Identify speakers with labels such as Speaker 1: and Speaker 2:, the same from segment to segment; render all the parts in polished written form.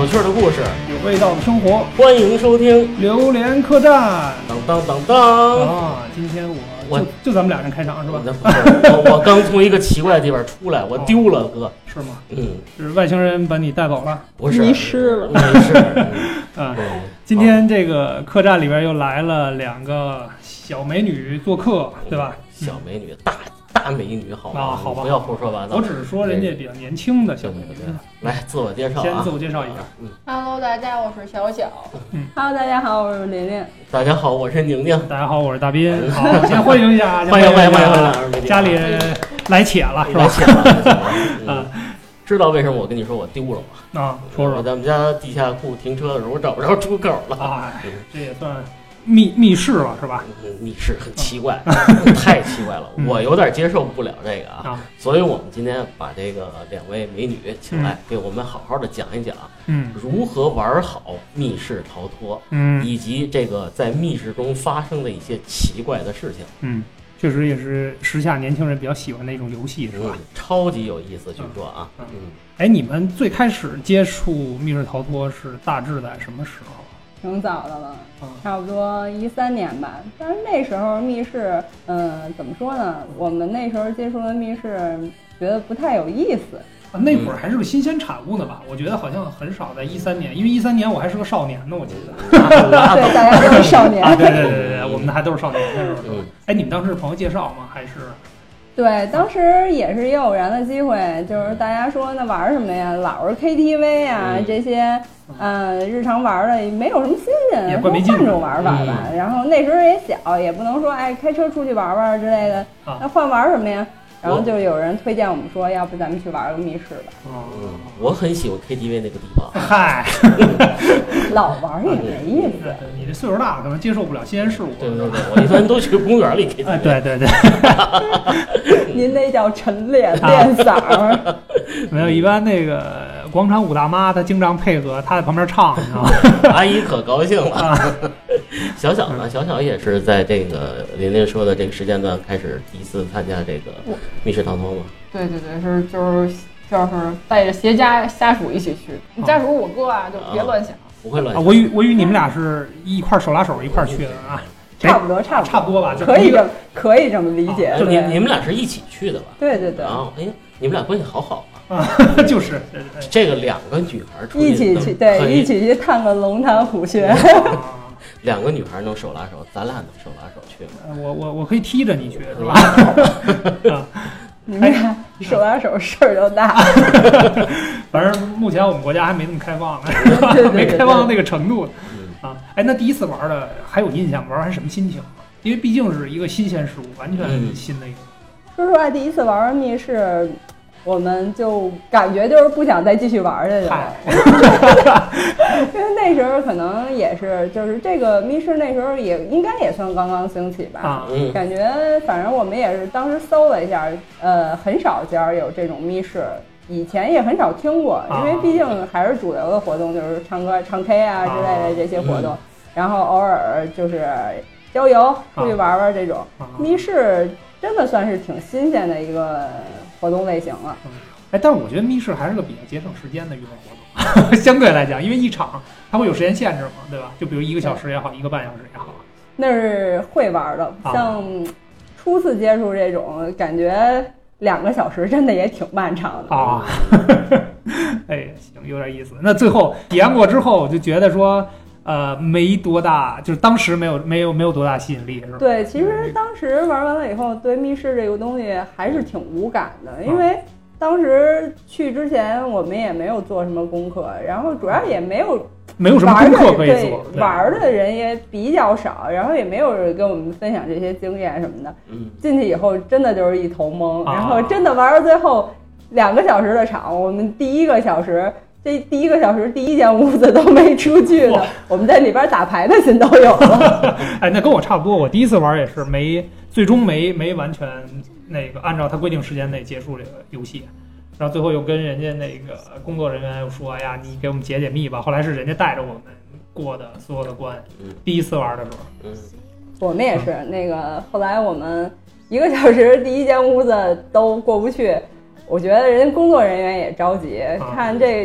Speaker 1: 有趣的故事，
Speaker 2: 有味道的生活，
Speaker 1: 欢迎收听
Speaker 2: 榴莲客栈。
Speaker 1: 当当当当
Speaker 2: 啊！今天我就咱们俩人开场是吧？
Speaker 1: 我刚从一个奇怪的地方出来，我丢了哥。
Speaker 2: 是吗？
Speaker 1: 是
Speaker 2: 外星人把你带走了？
Speaker 1: 不是，
Speaker 3: 迷失了。
Speaker 1: 迷失。
Speaker 2: 今天这个客栈里边又来了两个小美女做客，对吧？
Speaker 1: 小美女，大美女，好吗？
Speaker 2: 好吧，
Speaker 1: 不要胡说八道。
Speaker 2: 我只是说人家比较年轻的小美女。
Speaker 1: 来自我介绍，
Speaker 2: 先自我介绍一下。
Speaker 3: Hello， 大家，我是小小。Hello， 大家好，我是琳琳。
Speaker 1: 大家好，我是宁宁。
Speaker 2: 大家好，我是大斌。好，先欢迎一下，
Speaker 1: 欢迎，
Speaker 2: 家里人来且了，是吧？
Speaker 1: 来且了。知道为什么我跟你说我丢了吗？
Speaker 2: 啊，说说。
Speaker 1: 咱们家地下库停车的时候，我找不着出口了。
Speaker 2: 这也算密室了，是吧？
Speaker 1: 密室很奇怪，太奇怪了，我有点接受不了这个啊。所以我们今天把这个两位美女请来，给我们好好的讲一讲，如何玩好密室逃脱，以及这个在密室中发生的一些奇怪的事情。
Speaker 2: 确实也是时下年轻人比较喜欢的一种游戏，是吧？
Speaker 1: 超级有意思，据说啊。
Speaker 2: 哎，你们最开始接触密室逃脱是大致在什么时候？
Speaker 3: 挺早的了，差不多13年吧。但是那时候密室，怎么说呢？我们那时候接触的密室，觉得不太有意思。
Speaker 2: 那会儿还是个新鲜产物呢吧？我觉得好像很少在13年，因为13年我还是个少年呢，我记得。
Speaker 3: 对，大家都是少年。
Speaker 2: 对，我们还都是少年的时候。哎，你们当时是朋友介绍吗？还是？
Speaker 3: 对，当时也是也偶然的机会，就是大家说那玩什么呀，老是 KTV 啊这些，日常玩的没有什么新鲜，
Speaker 2: 也怪没劲，
Speaker 3: 换种玩吧。然后那时候也小，也不能说开车出去玩玩之类的，那换玩什么呀？然后就有人推荐我们说，要不咱们去玩个密室吧。
Speaker 1: 我很喜欢 KTV 那个地方。
Speaker 2: 嗨，
Speaker 3: 老玩也没意思。
Speaker 2: 你这岁数大了，可能接受不了新鲜事物。
Speaker 1: 对，我一般都去公园里 KTV。
Speaker 2: 对。
Speaker 3: 您那叫晨练嗓。
Speaker 2: 没有，一般那个广场舞大妈她经常配合，她在旁边唱，你知道吗？
Speaker 1: 阿姨可高兴了。小小呢？小小也是在这个琳琳说的这个时间段开始第一次参加这个密室逃脱吗？
Speaker 4: 对，就是带着携家属一起去。家属我哥啊，就别乱想。
Speaker 1: 不会乱想。
Speaker 2: 我以为你们俩是一块手拉手一块去的啊。
Speaker 3: 差不多吧，可以这么理解。
Speaker 1: 就你们俩是一起去的吧？
Speaker 3: 对。
Speaker 1: 哎，你们俩关系好
Speaker 2: 啊。就是
Speaker 1: 这个两个女孩
Speaker 3: 一起去，对，一起去探个龙潭虎穴。
Speaker 1: 两个女孩能手拉手，咱俩能手拉手去吗？
Speaker 2: 我可以踢着你去，是吧？
Speaker 3: 你们俩手拉手事儿就大。
Speaker 2: 反正目前我们国家还没那么开放呢，没开放到那个程度。那第一次玩的还有印象，玩还是什么心情？因为毕竟是一个新鲜事物，完全新的一个。
Speaker 3: 说实话，第一次玩密室，我们就感觉就是不想再继续玩下去了。因为那时候可能也是，就是这个密室那时候也应该也算刚刚兴起吧。感觉反正我们也是当时搜了一下，很少家有这种密室。以前也很少听过，因为毕竟还是主流的活动，就是唱歌、唱 K 啊之类的这些活动，然后偶尔就是郊游、出去玩玩这种。密室真的算是挺新鲜的一个活动类型了。
Speaker 2: 但是我觉得密室还是个比较节省时间的娱乐活动，相对来讲，因为一场它会有时间限制嘛，对吧？就比如1个小时也好，1个半小时也好。
Speaker 3: 那是会玩的，像初次接触这种感觉。2个小时真的也挺漫长的
Speaker 2: 啊！哎，行，有点意思。那最后体验过之后，我就觉得说，没多大，就是当时没有多大吸引力，是吧？
Speaker 3: 对，其实当时玩完了以后，对密室这个东西还是挺无感的，因为当时去之前我们也没有做什么功课，然后主要也没有
Speaker 2: 什么功课可以做，
Speaker 3: 玩的人也比较少，然后也没有人跟我们分享这些经验什么的。进去以后真的就是一头懵，然后真的玩到最后2个小时的场，我们第一个小时第一间屋子都没出去呢，我们在里边打牌的心都有了。
Speaker 2: 哎，那跟我差不多，我第一次玩也是最终没完全那个按照他规定时间内结束这个游戏。然后最后又跟人家那个工作人员又说：“哎呀，你给我们解密吧。”后来是人家带着我们过的所有的关。第一次玩的时候，
Speaker 3: 我们也是那个。后来我们1个小时第一间屋子都过不去，我觉得人家工作人员也着急，看这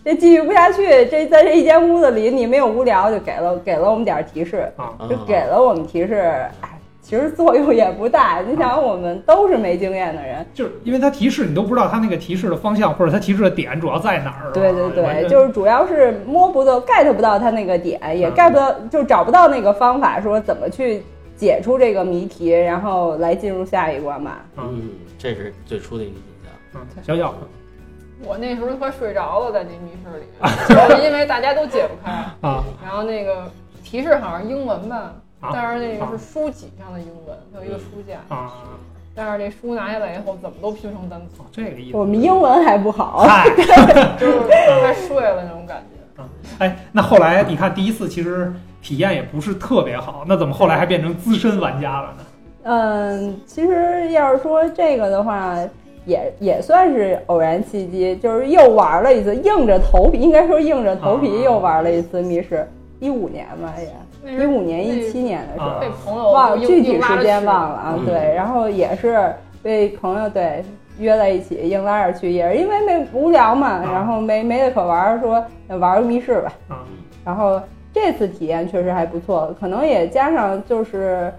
Speaker 3: 这继续不下去，在这一间屋子里你没有无聊，就给了我们点提示，就给了我们提示。其实作用也不大，你想我们都是没经验的人，
Speaker 2: 就是因为他提示你都不知道他那个提示的方向或者他提示的点主要在哪儿。
Speaker 3: 对对对，就是主要是摸不到 get 不到他那个点，也 get 不到，就找不到那个方法说怎么去解出这个谜题，然后来进入下一关吧。
Speaker 1: 这是最初的一个印象。
Speaker 2: 小小，
Speaker 4: 我那时候快睡着了，在那密室里，就是因为大家都解不开
Speaker 2: 啊。
Speaker 4: 然后那个提示好像英文吧。但是那个是书籍上的英文，有一个书架啊。但是这书拿下来以后，怎么都拼成单词。
Speaker 2: 这个意思。
Speaker 3: 我们英文还不好，
Speaker 4: 就是快睡了那种感觉。
Speaker 2: 哎，那后来你看第一次其实体验也不是特别好，那怎么后来还变成资深玩家了
Speaker 3: 呢？其实要是说这个的话，也算是偶然契机，就是又玩了一次，硬着头皮，应该说硬着头皮又玩了一次密室。15年吧也。15年、17年的时候，
Speaker 4: 被朋友
Speaker 3: 忘具体时间忘了啊。对，然后也是被朋友约在一起，硬拉着去，也是因为无聊嘛，然后没得可玩，说玩个密室吧。然后这次体验确实还不错，可能也加上就是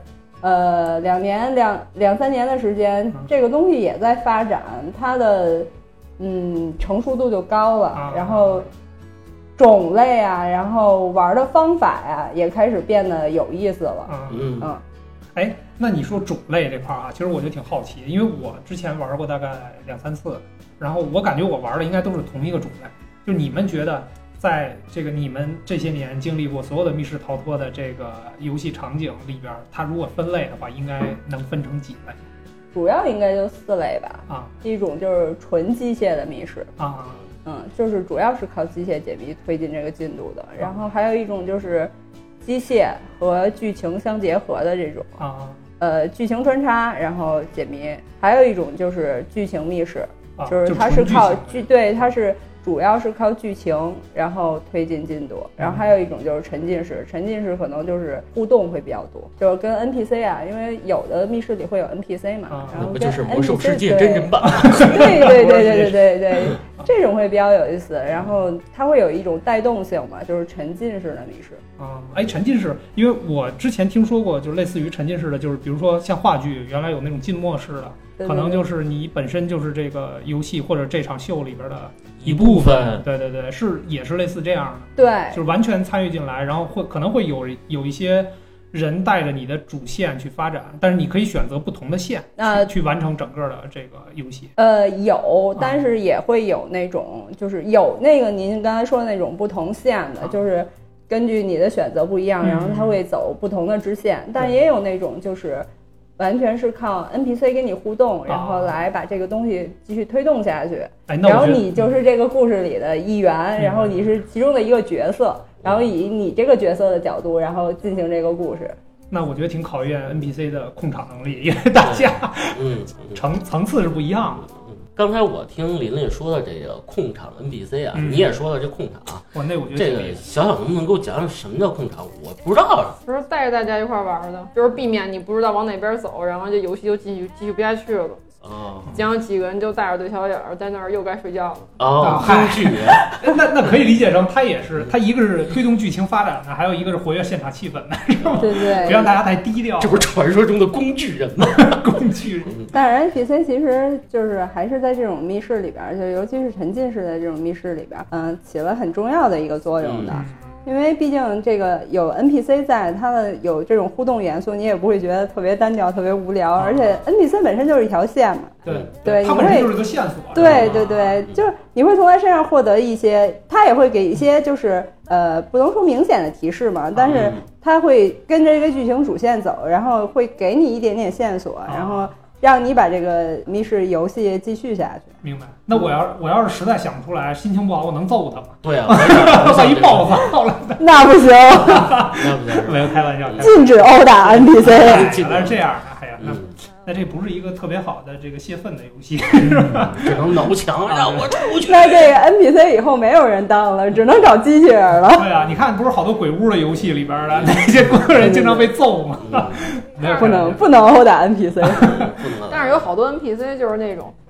Speaker 3: 2年两三年的时间，这个东西也在发展，它的成熟度就高了，然后。种类啊，然后玩的方法呀，也开始变得有意思了。
Speaker 2: 哎，那你说种类这块啊，其实我就挺好奇，因为我之前玩过大概2-3次，然后我感觉我玩的应该都是同一个种类。就你们觉得，在这个你们这些年经历过所有的密室逃脱的这个游戏场景里边，它如果分类的话，应该能分成几类？
Speaker 3: 主要应该就4类吧。一种就是纯机械的密室就是主要是靠机械解谜推进这个进度的，然后还有一种就是机械和剧情相结合的这种剧情穿插然后解谜，还有一种就是剧情密室，就是它是靠它是主要是靠剧情然后推进进度，然后还有一种就是沉浸式，沉浸式可能就是互动会比较多，就是跟 NPC 啊，因为有的密室里会有 NPC 嘛，然后
Speaker 1: 不就是魔兽世界真人版？
Speaker 3: 对，这种会比较有意思，然后它会有一种带动性嘛，就是沉浸式的密室。
Speaker 2: 沉浸式，因为我之前听说过，就是类似于沉浸式的，就是比如说像话剧，原来有那种浸没式的，可能就是你本身就是这个游戏或者这场秀里边的一部分。对，也是类似这样的。对，就是完全参与进来，然后可能会有一些人带着你的主线去发展，但是你可以选择不同的线去完成整个的这个游戏。
Speaker 3: 有，但是也会有那种，就是有那个您刚才说的那种不同线的，就是根据你的选择不一样，然后它会走不同的支线，但也有那种就是完全是靠 NPC 跟你互动，然后来把这个东西继续推动下去，然后你就是这个故事里的一员，然后你是其中的一个角色，然后以你这个角色的角度然后进行这个故事。
Speaker 2: 那我觉得挺考验 NPC 的控场能力，因为大家层次是不一样的。
Speaker 1: 刚才我听琳琳说的这个控场 NPC 啊，你也说了这控场啊，
Speaker 2: 我觉得
Speaker 1: 这个小小能不能给我讲讲什么叫控场？我不知道。
Speaker 4: 就是带着大家一块玩的，就是避免你不知道往哪边走，然后这游戏就继续不下去了。讲几个人就戴着对小眼在那儿又该睡觉了。
Speaker 1: 工具人，
Speaker 2: 那可以理解成他也是，他一个是推动剧情发展的，还有一个是活跃现场气氛的，是吧？
Speaker 3: 对，
Speaker 2: 别让大家太低调。
Speaker 1: 这不是传说中的工具人吗？
Speaker 2: 工具人。
Speaker 3: 但是 NPC 其实就是还是在这种密室里边，就尤其是沉浸式的这种密室里边，起了很重要的一个作用的。因为毕竟这个有 NPC 在，它的有这种互动元素，你也不会觉得特别单调、特别无聊。而且 NPC 本身就是一条线嘛，对，
Speaker 2: 它本身就是个线索。
Speaker 3: 对，就是你会从他身上获得一些，他也会给一些就是不能说明显的提示嘛，但是他会跟着这个剧情主线走，然后会给你一点点线索，然后让你把这个密室游戏继续下去。
Speaker 2: 明白。那我要是实在想不出来，心情不好，我能揍他吗？
Speaker 1: 对啊，
Speaker 2: 万一暴躁了，
Speaker 3: 那不行，
Speaker 1: 那不行，
Speaker 2: 没有开玩笑，
Speaker 3: 禁止殴打 NPC。
Speaker 2: 原来是这样的，哎呀，那这不是一个特别好的这个泄愤的游戏，
Speaker 1: 只能挠墙让我出去。
Speaker 3: 那这个 NPC 以后没有人当了，只能找机器人了。
Speaker 2: 对啊，你看不是好多鬼屋的游戏里边的那些工作人员经常被揍吗？
Speaker 3: 不能殴打 NPC。
Speaker 4: 但是有好多 NPC 就是那种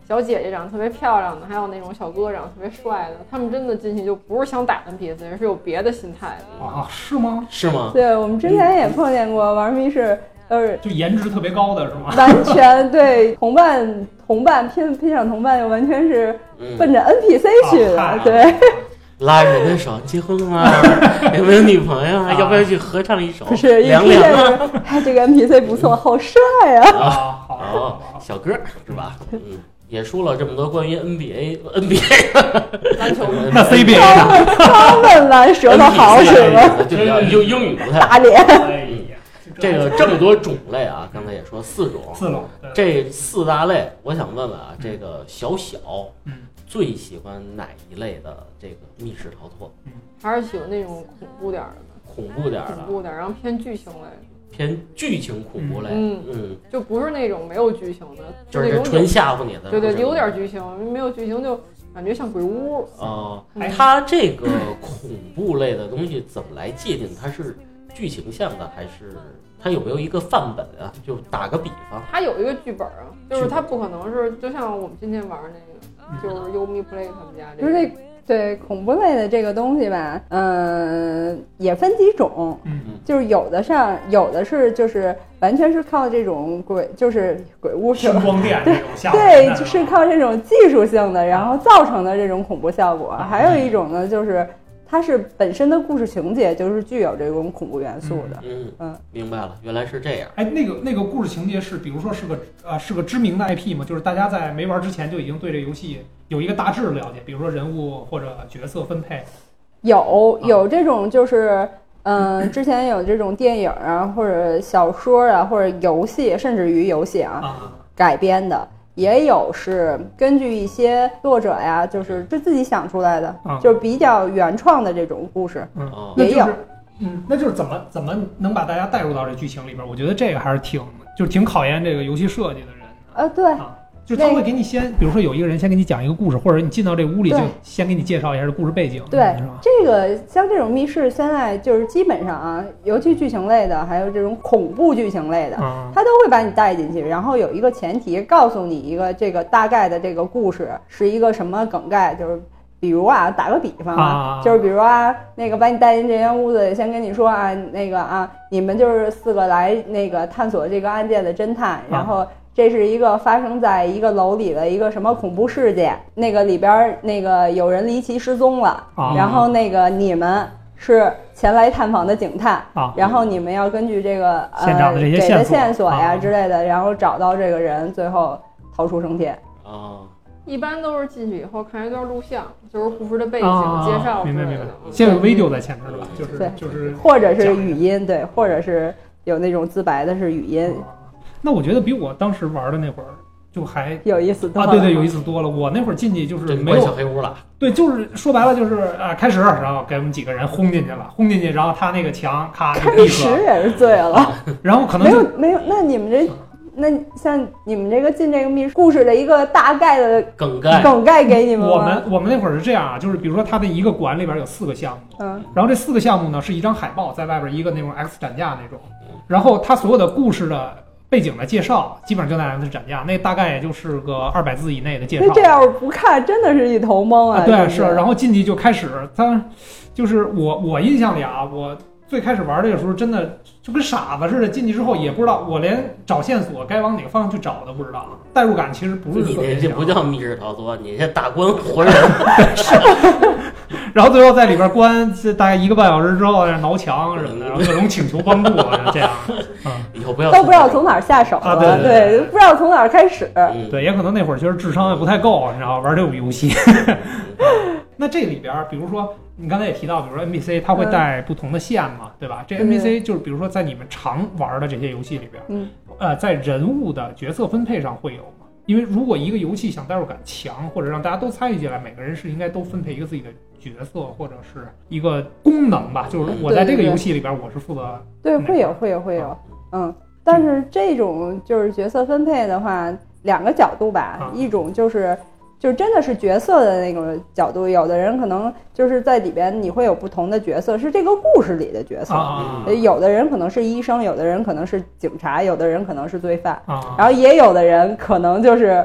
Speaker 4: 小姐姐长得特别漂亮的，还有那种小哥长得特别帅的，他们真的进去就不是想打 NPC， 是有别的心态的
Speaker 2: 啊？是吗？
Speaker 1: 是吗？
Speaker 3: 对，我们之前也碰见过玩密室，
Speaker 2: 就颜值特别高的是吗？
Speaker 3: 完全对同伴拼上同伴，就完全是奔着 NPC 去的，对。
Speaker 1: 拉人的手，结婚了，有没有女朋友啊？要不要去合唱一首？
Speaker 3: 不是，
Speaker 1: 凉凉
Speaker 3: 啊！哎，这个 NPC 不错，好帅
Speaker 2: 啊！
Speaker 1: 好，小哥是吧？也说了这么多关于 NBA
Speaker 4: 篮球，
Speaker 2: 那 CBA
Speaker 3: 他们来舌头好使吗？
Speaker 1: 就比较英语不太
Speaker 3: 打脸。
Speaker 1: 这个这么多种类啊，刚才也说4种，这4大类，我想问问啊，这个小最喜欢哪一类的这个密室逃脱？
Speaker 4: 还是喜欢那种恐怖点的，然后偏剧情类的。
Speaker 1: 偏剧情恐怖类，
Speaker 4: 就不是那种没有剧情的，
Speaker 1: 就是那种纯吓唬你的。
Speaker 4: 对，有点剧情，没有剧情就感觉像鬼屋。
Speaker 1: 它这个恐怖类的东西怎么来界定？它是剧情向的，还是它有没有一个范本啊？就打个比方，
Speaker 4: 它有一个剧本啊，就是它不可能是就像我们今天玩那个，就是 Yumi Play 他们家这个。
Speaker 3: 对恐怖类的这个东西吧，也分几种，就是有的是就是完全是靠这种就是鬼屋
Speaker 2: 声光电这种效
Speaker 3: 果，对，是靠这种技术性的，然后造成的这种恐怖效果。还有一种呢，就是它是本身的故事情节就是具有这种恐怖元素的。
Speaker 1: 明白了，原来是这样。
Speaker 2: 哎，那个故事情节是，比如说是个知名的 IP 吗？就是大家在没玩之前就已经对这个游戏有一个大致的了解，比如说人物或者角色分配。
Speaker 3: 有这种就是之前有这种电影啊，或者小说啊，或者游戏，甚至于游戏改编的。也有是根据一些作者呀，就是自己想出来的，就是比较原创的这种故事，也有。
Speaker 2: 那就是怎么能把大家带入到这剧情里边？我觉得这个还是挺考验这个游戏设计的人。
Speaker 3: 对。
Speaker 2: 就他会给你比如说有一个人先给你讲一个故事，或者你进到这屋里就先给你介绍一下这故事背景。
Speaker 3: 对，这个像这种密室现在就是基本上啊，尤其剧情类的，还有这种恐怖剧情类的，他都会把你带进去，然后有一个前提告诉你一个这个大概的这个故事是一个什么梗概，就是比如打个比方就是比如那个把你带进这间屋子，先跟你说你们就是4个来那个探索这个案件的侦探，然后这是一个发生在一个楼里的一个什么恐怖事件，那个里边那个有人离奇失踪了，然后那个你们是前来探访的警探，然后你们要根据这个
Speaker 2: 现场的这些
Speaker 3: 给的线索呀之类的，然后找到这个人，最后逃出升天。
Speaker 4: 一般都是进去以后看一段录像，就是故事的背景介绍。
Speaker 2: 明白。先有 video 在前面是吧？就是
Speaker 3: 或者是语音，对，或者是有那种自白的是语音。
Speaker 2: 那我觉得比我当时玩的那会儿就还
Speaker 3: 有意思多了
Speaker 2: 对，有意思多了。我那会儿进去就是没有
Speaker 1: 小黑屋了，
Speaker 2: 对，就是说白了就是开始，然后给我们几个人轰进去了，然后他那个墙咔就闭合，
Speaker 3: 开始也是醉了，
Speaker 2: 然后可能
Speaker 3: 没有，那你们像你们这个进这个密室故事的一个大概的梗概给你们
Speaker 2: 吗？我们那会儿是这样啊，就是比如说它的一个馆里边有4个项目，然后这4个项目呢是一张海报，在外边一个那种 X 展架那种，然后它所有的故事的背景的介绍基本上就在 X 展架，那大概也就是个200字以内的介绍。
Speaker 3: 那这要是不看，真的是一头懵啊！
Speaker 2: 对，是，然后进去就开始，它就是我印象里啊，我最开始玩这个时候真的就跟傻子似的，进去之后也不知道，我连找线索该往哪个方向去找都不知道，代入感其实不是特别强。
Speaker 1: 你这不叫密室逃脱，你这大关活人。
Speaker 2: 然后最后在里边关大概1个半小时之后挠墙什么的，然后各种请求帮助这样。
Speaker 1: 以后不要
Speaker 3: 都不知道从哪儿下手了，对，不知道从哪儿开始。
Speaker 2: 对，也可能那会儿其实智商也不太够，你知道玩这种游戏。那这里边比如说你刚才也提到，比如说 NPC 它会带不同的线嘛，对吧？这 NPC 就是比如说在你们常玩的这些游戏里边，在人物的角色分配上会有吗？因为如果一个游戏想代入感强，或者让大家都参与进来，每个人是应该都分配一个自己的角色或者是一个功能吧，就是我在这个游戏里边我是负责。
Speaker 3: 对，会有，但是这种就是角色分配的话，2个角度吧，一种就是真的是角色的那个角度，有的人可能就是在里边你会有不同的角色，是这个故事里的角色，有的人可能是医生，有的人可能是警察，有的人可能是罪犯，然后也有的人可能就是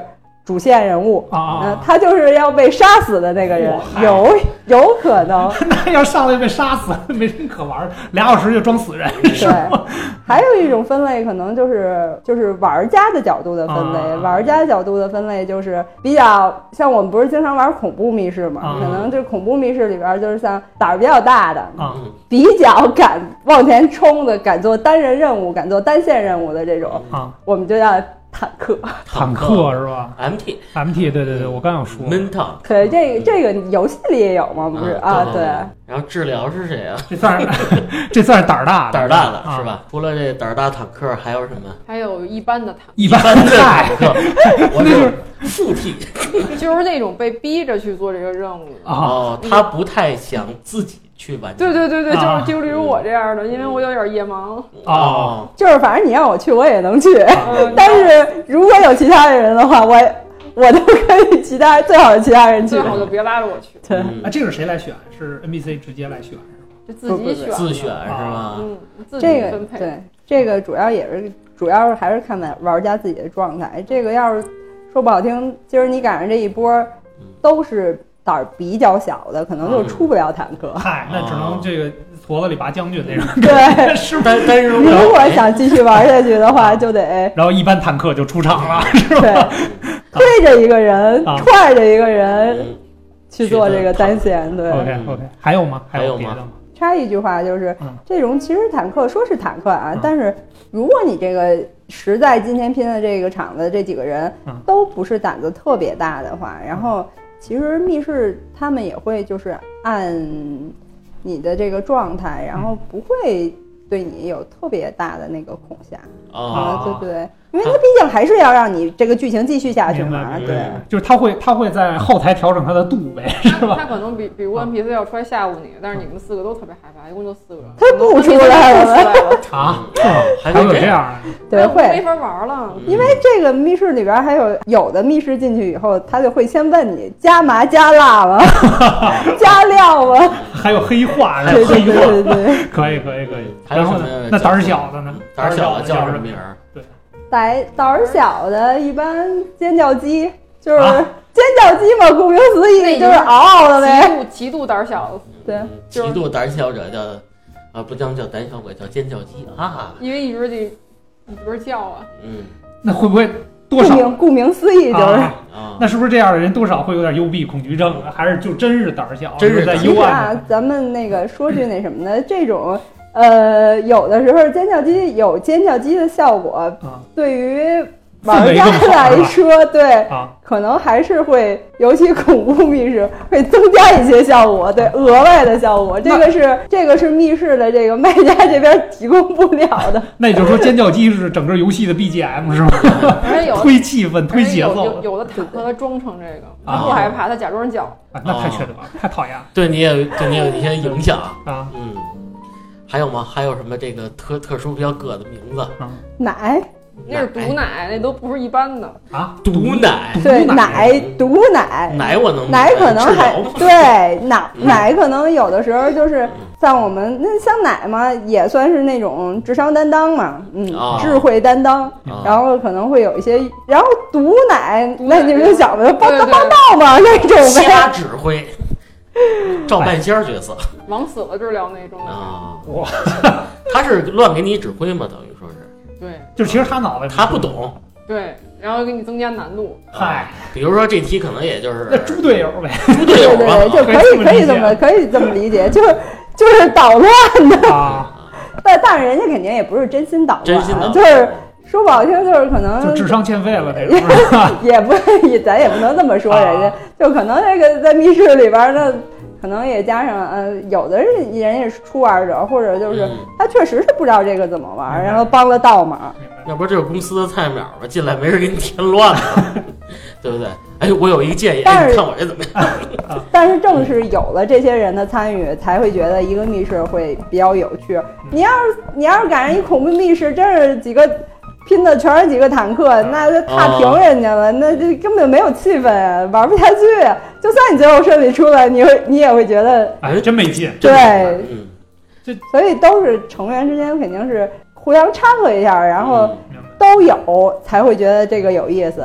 Speaker 3: 主线人物他就是要被杀死的那个人，有可能。
Speaker 2: 那要上来被杀死，没人可玩，2小时就装死人。
Speaker 3: 对，还有一种分类可能就是玩家的角度的分类，玩家角度的分类就是比较像我们不是经常玩恐怖密室嘛，可能就是恐怖密室里边就是像胆儿比较大的，比较敢往前冲的，敢做单人任务、敢做单线任务的这种，我们就叫坦克
Speaker 2: 是吧
Speaker 1: ？MT
Speaker 2: 对，我刚要说
Speaker 1: Mental，
Speaker 3: 对，这个游戏里也有吗？不是对。
Speaker 1: 然后治疗是谁啊？
Speaker 2: 这算是胆儿大
Speaker 1: 的是吧？除了这胆儿大坦克，还有什么？
Speaker 4: 还有一般的坦克，
Speaker 2: 一般的坦克，
Speaker 1: 我是附体，
Speaker 4: 就是那种被逼着去做这个任务
Speaker 1: 的。他不太想自己去完成。
Speaker 4: 对，就例如我这样的，因为我有点夜盲。
Speaker 3: 就是反正你让我去，我也能去。但是如果有其他的人的话，我都可以最好是其他人去，
Speaker 4: 最好就别拉着我去。
Speaker 3: 对，
Speaker 2: 这个谁来选？是 NPC 直接来选是吧？
Speaker 4: 就自己选，
Speaker 1: 自选是吧？
Speaker 4: 自己分配。
Speaker 3: 对，这个主要还是看玩家自己的状态。这个要是说不好听，今儿你赶上这一波都是胆儿比较小的，可能就出不了坦克。
Speaker 2: 那只能这个矬子里拔将军那种。
Speaker 3: 对，
Speaker 2: 是
Speaker 1: 但是如
Speaker 3: 果想继续玩下去的话，就得
Speaker 2: 然后一般坦克就出场了，是吧？
Speaker 3: 对，推着一个人，踹着一个人去做这个单线。对
Speaker 2: ，OK， 还有吗？还有别的吗？
Speaker 3: 插一句话就是，这种其实坦克说是坦克但是如果你这个实在今天拼的这个场子这几个人都不是胆子特别大的话，然后其实密室他们也会就是按你的这个状态，然后不会对你有特别大的那个恐吓对，因为他毕竟还是要让你这个剧情继续下去嘛。对，
Speaker 2: 就是他会在后台调整他的度呗，是吧？
Speaker 4: 他可能比如 NPC 要出来吓唬你，但是你们4个都特别害怕，一共就4个人，
Speaker 3: 他不出来了
Speaker 2: 还有这样
Speaker 3: 对，会
Speaker 4: 没法玩了。
Speaker 3: 因为这个密室里边还有的密室进去以后，他就会先问你加麻加辣吗？加料吗？
Speaker 2: 还有黑化，
Speaker 3: 对，
Speaker 2: 可以。
Speaker 1: 还有什么？
Speaker 2: 那胆儿小的呢？
Speaker 1: 胆儿小的叫什么名儿？
Speaker 2: 对，
Speaker 3: 胆儿小的一般尖叫鸡，就是尖叫鸡嘛，顾名思义就是嗷嗷的呗。
Speaker 4: 极度胆小的，
Speaker 3: 对，
Speaker 1: 极度胆小者叫不叫胆小鬼，叫尖叫鸡啊！
Speaker 4: 因为一直叫
Speaker 2: 那会不会多少
Speaker 3: 顾名思义就是
Speaker 2: 那是不是这样的人多少会有点幽闭恐惧症还是就真是胆儿小，真是在幽暗？
Speaker 3: 咱们那个说句那什么的，这种有的时候尖叫鸡有尖叫鸡的效果，对于玩家来说，对，可能还是会，尤其恐怖密室会增加一些效果，对，额外的效果。这个是密室的这个卖家这边提供不了的。
Speaker 2: 那也就是说，尖叫鸡是整个游戏的 BGM 是吗？推气氛、推节奏。
Speaker 4: 有的坦克他装成这个，他不害怕，他假装叫。
Speaker 2: 那太缺德了，太讨厌了。
Speaker 1: 对你有一些影响还有吗？还有什么这个特殊比较葛的名字？
Speaker 3: 奶。
Speaker 4: 那是毒奶，那都不是一般的
Speaker 1: 毒奶，
Speaker 3: 对，毒奶
Speaker 1: 我能
Speaker 3: 奶可能还对奶可能有的时候就是像我们那像奶嘛，也算是那种智商担当嘛，智慧担当，然后可能会有一些，然后毒奶，那你们就想着报道嘛那种呗，
Speaker 1: 瞎指挥。赵半仙角色，
Speaker 4: 往死了治疗那种
Speaker 2: 哇，
Speaker 1: 他是乱给你指挥嘛，等于说是。
Speaker 4: 对，
Speaker 2: 就其实他脑袋
Speaker 1: 他不懂，
Speaker 4: 对，然后给你增加难度。
Speaker 2: 嗨，
Speaker 1: 比如说这题可能也就是
Speaker 2: 那猪队友呗，
Speaker 1: 猪队友
Speaker 3: 对，就可以这么理解，就是捣乱的
Speaker 2: 啊。
Speaker 3: 但是人家肯定也不是真心捣乱，就是说不好听，就是可能
Speaker 2: 就智商欠费了那种，
Speaker 3: 咱也不能这么说人家，就可能这个在密室里边呢。可能也加上有的人也是初玩者，或者就是他确实是不知道这个怎么玩，然后帮了倒忙。
Speaker 1: 要不这是公司的菜鸟吗？进来没人给你添乱了，对不对？哎，我有一个建议，你看我这怎么样？
Speaker 3: 但是正是有了这些人的参与，才会觉得一个密室会比较有趣。你要是赶上一恐怖密室，真是几个拼的全是几个坦克，那就踏平人家了，那这根本没有气氛，玩不下去。就算你最后顺利出来，你也会觉得
Speaker 2: 哎，真没劲。
Speaker 3: 对，所以都是成员之间肯定是互相掺和一下，然后都有才会觉得这个有意思。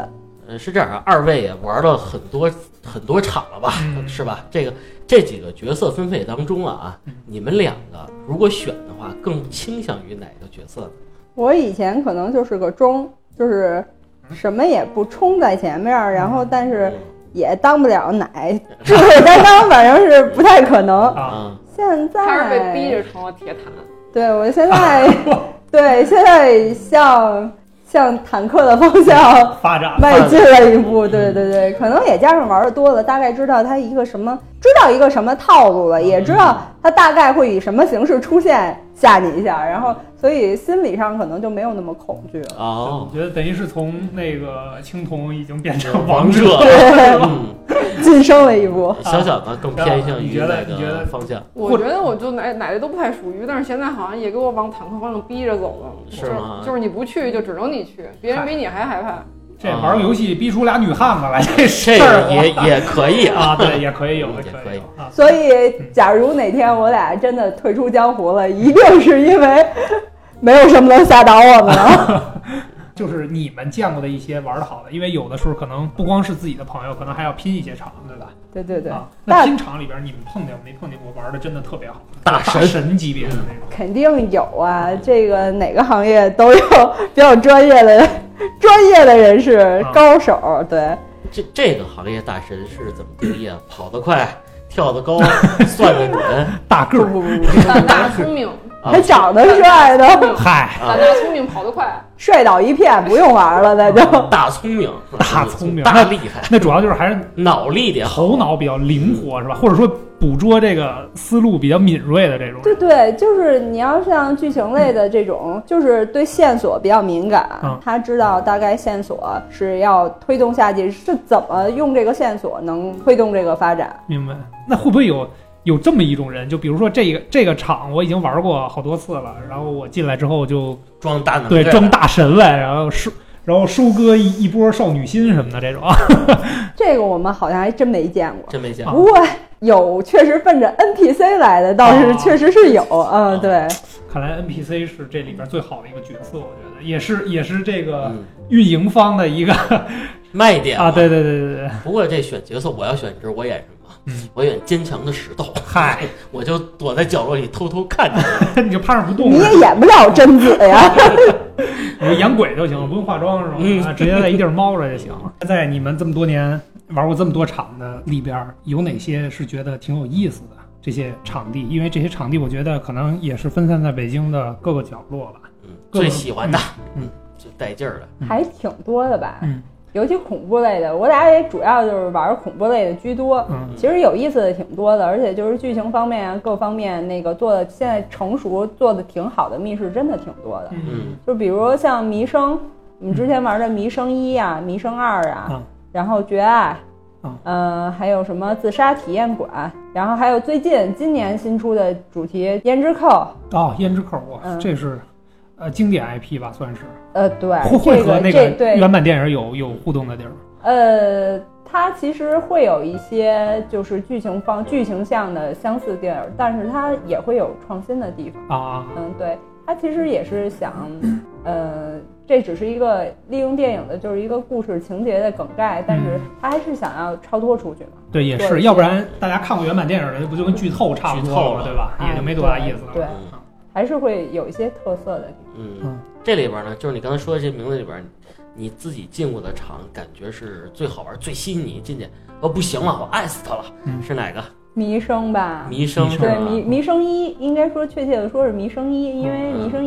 Speaker 1: 是这样啊，二位也玩了很多场了吧，是吧？这几个角色分配当中啊，你们两个如果选的话，更倾向于哪个角色呢？
Speaker 3: 我以前可能就是个中，就是什么也不冲在前面，然后但是也当不了奶，智慧担当反正是不太可能啊。现在
Speaker 4: 他是被逼着成了铁坦。
Speaker 3: 对，我现在对现在向坦克的方向
Speaker 2: 发展
Speaker 3: 迈进了一步，对，可能也加上玩的多了，大概知道它一个什么套路了，也知道它大概会以什么形式出现，吓你一下，然后所以心理上可能就没有那么恐惧了。
Speaker 2: 我觉得等于是从那个青铜已经变成王者，
Speaker 3: 对，晋升了一步。
Speaker 1: 小小的更偏向于哪个方向？
Speaker 4: 我觉得我就哪个都不太属于，但是现在好像也给我往坦克方向逼着走了。
Speaker 1: 是吗？
Speaker 4: 就是你不去，就只能你去，别人比你还害怕。
Speaker 2: 这玩个游戏逼出俩女汉子来，这事
Speaker 1: 儿也可以啊，
Speaker 2: 对，也可以有，
Speaker 1: 也可以。
Speaker 3: 所以，假如哪天我俩真的退出江湖了，一定是因为没有什么能吓倒我们了。
Speaker 2: 就是你们见过的一些玩的好的，因为有的时候可能不光是自己的朋友，可能还要拼一些场，对吧？
Speaker 3: 对。
Speaker 2: 那拼场里边你们碰见没碰见过玩的真的特别好
Speaker 1: 大
Speaker 2: 神级别的那种？
Speaker 3: 肯定有啊，这个哪个行业都有比较专业的人士、高手。对，
Speaker 1: 这个行业大神是怎么定义啊？跑得快，跳得高，算得准，
Speaker 2: 大个
Speaker 4: 儿，大聪明。
Speaker 3: 还长得帅的，
Speaker 2: 嗨，
Speaker 4: 大聪明跑得快，
Speaker 3: 帅倒一片，不用玩了，那就
Speaker 1: 大聪明，
Speaker 2: 大
Speaker 1: 厉害。
Speaker 2: 那主要就是还是
Speaker 1: 脑力点，
Speaker 2: 头脑比较灵活，是吧？或者说捕捉这个思路比较敏锐的这种。
Speaker 3: 对，就是你要像剧情类的这种，就是对线索比较敏感，他知道大概线索是要推动下去，是怎么用这个线索能推动这个发展。
Speaker 2: 明白？那会不会有这么一种人，就比如说这个场我已经玩过好多次了，然后我进来之后就
Speaker 1: 装大能，
Speaker 2: 对，装大神来，然后收割一波少女心什么的这种。
Speaker 3: 这个我们好像还真没见过，不过有确实奔着 NPC 来的，倒是确实是有，对。
Speaker 2: 看来 NPC 是这里边最好的一个角色，我觉得也是这个运营方的一个
Speaker 1: 卖点
Speaker 2: 啊。对。
Speaker 1: 不过这选角色我要选，你知道我演什么？我演坚强的石头。
Speaker 2: 嗨，
Speaker 1: 我就躲在角落里偷偷看着
Speaker 2: 你就趴着不动。
Speaker 3: 你也演不了贞子呀。
Speaker 2: 你演鬼就行，不用化妆是吧？直接在一地儿猫着就行。在你们这么多年玩过这么多场的里边，有哪些是觉得挺有意思的这些场地？因为这些场地我觉得可能也是分散在北京的各个角落吧。
Speaker 1: 最喜欢的，最带劲儿的，
Speaker 3: 还挺多的吧。尤其恐怖类的，我俩也主要就是玩恐怖类的居多。其实有意思的挺多的，而且就是剧情方面各方面那个做的现在成熟做的挺好的密室真的挺多的。就比如像弥生，我们之前玩的弥生1啊、弥生2啊，然后绝爱，还有什么自杀体验馆，然后还有今年新出的主题胭脂扣。
Speaker 2: 胭脂扣，哇，这是。经典 IP 吧，算是。
Speaker 3: 对，
Speaker 2: 会和那个原版电影有互动的地儿。
Speaker 3: 它其实会有一些就是剧情向的相似地儿，但是它也会有创新的地方
Speaker 2: 啊。
Speaker 3: 对，它其实也是想，这只是一个利用电影的就是一个故事情节的梗概，但是它还是想要超脱出去嘛。
Speaker 2: 对，也是，要不然大家看过原版电影的人不就跟剧透差不多了，对吧？也就没多大意思了。
Speaker 3: 对。还是会有一些特色的地
Speaker 1: 方。这里边呢，就是你刚才说的这些名字里边，你自己进过的场，感觉是最好玩、最吸引你进去。不行了，我爱死他了。是哪个？
Speaker 3: 弥生吧。
Speaker 1: 弥生
Speaker 3: 对，弥生1，应该说确切的说是弥生1，因为弥生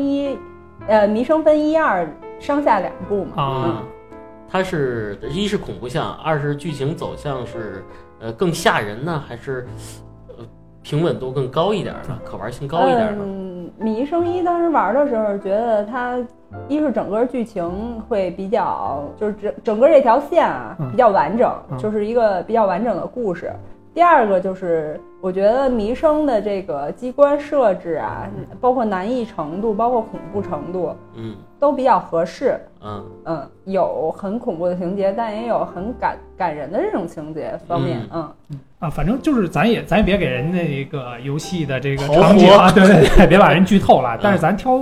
Speaker 3: 1，弥生分1、2上下2部嘛。
Speaker 1: 它是一是恐怖向，二是剧情走向是更吓人呢，还是平稳度更高一点的，可玩性高一点的？
Speaker 3: 弥生1当时玩的时候，觉得它一是整个剧情会比较，就是整个这条线啊比较完整，就是一个比较完整的故事。第二个就是我觉得弥生的这个机关设置啊，包括难易程度，包括恐怖程度，都比较合适。有很恐怖的情节，但也有很感人的这种情节方面。
Speaker 2: 反正就是咱也别给人那个游戏的这个场景啊，对，别把人剧透了。但是咱挑，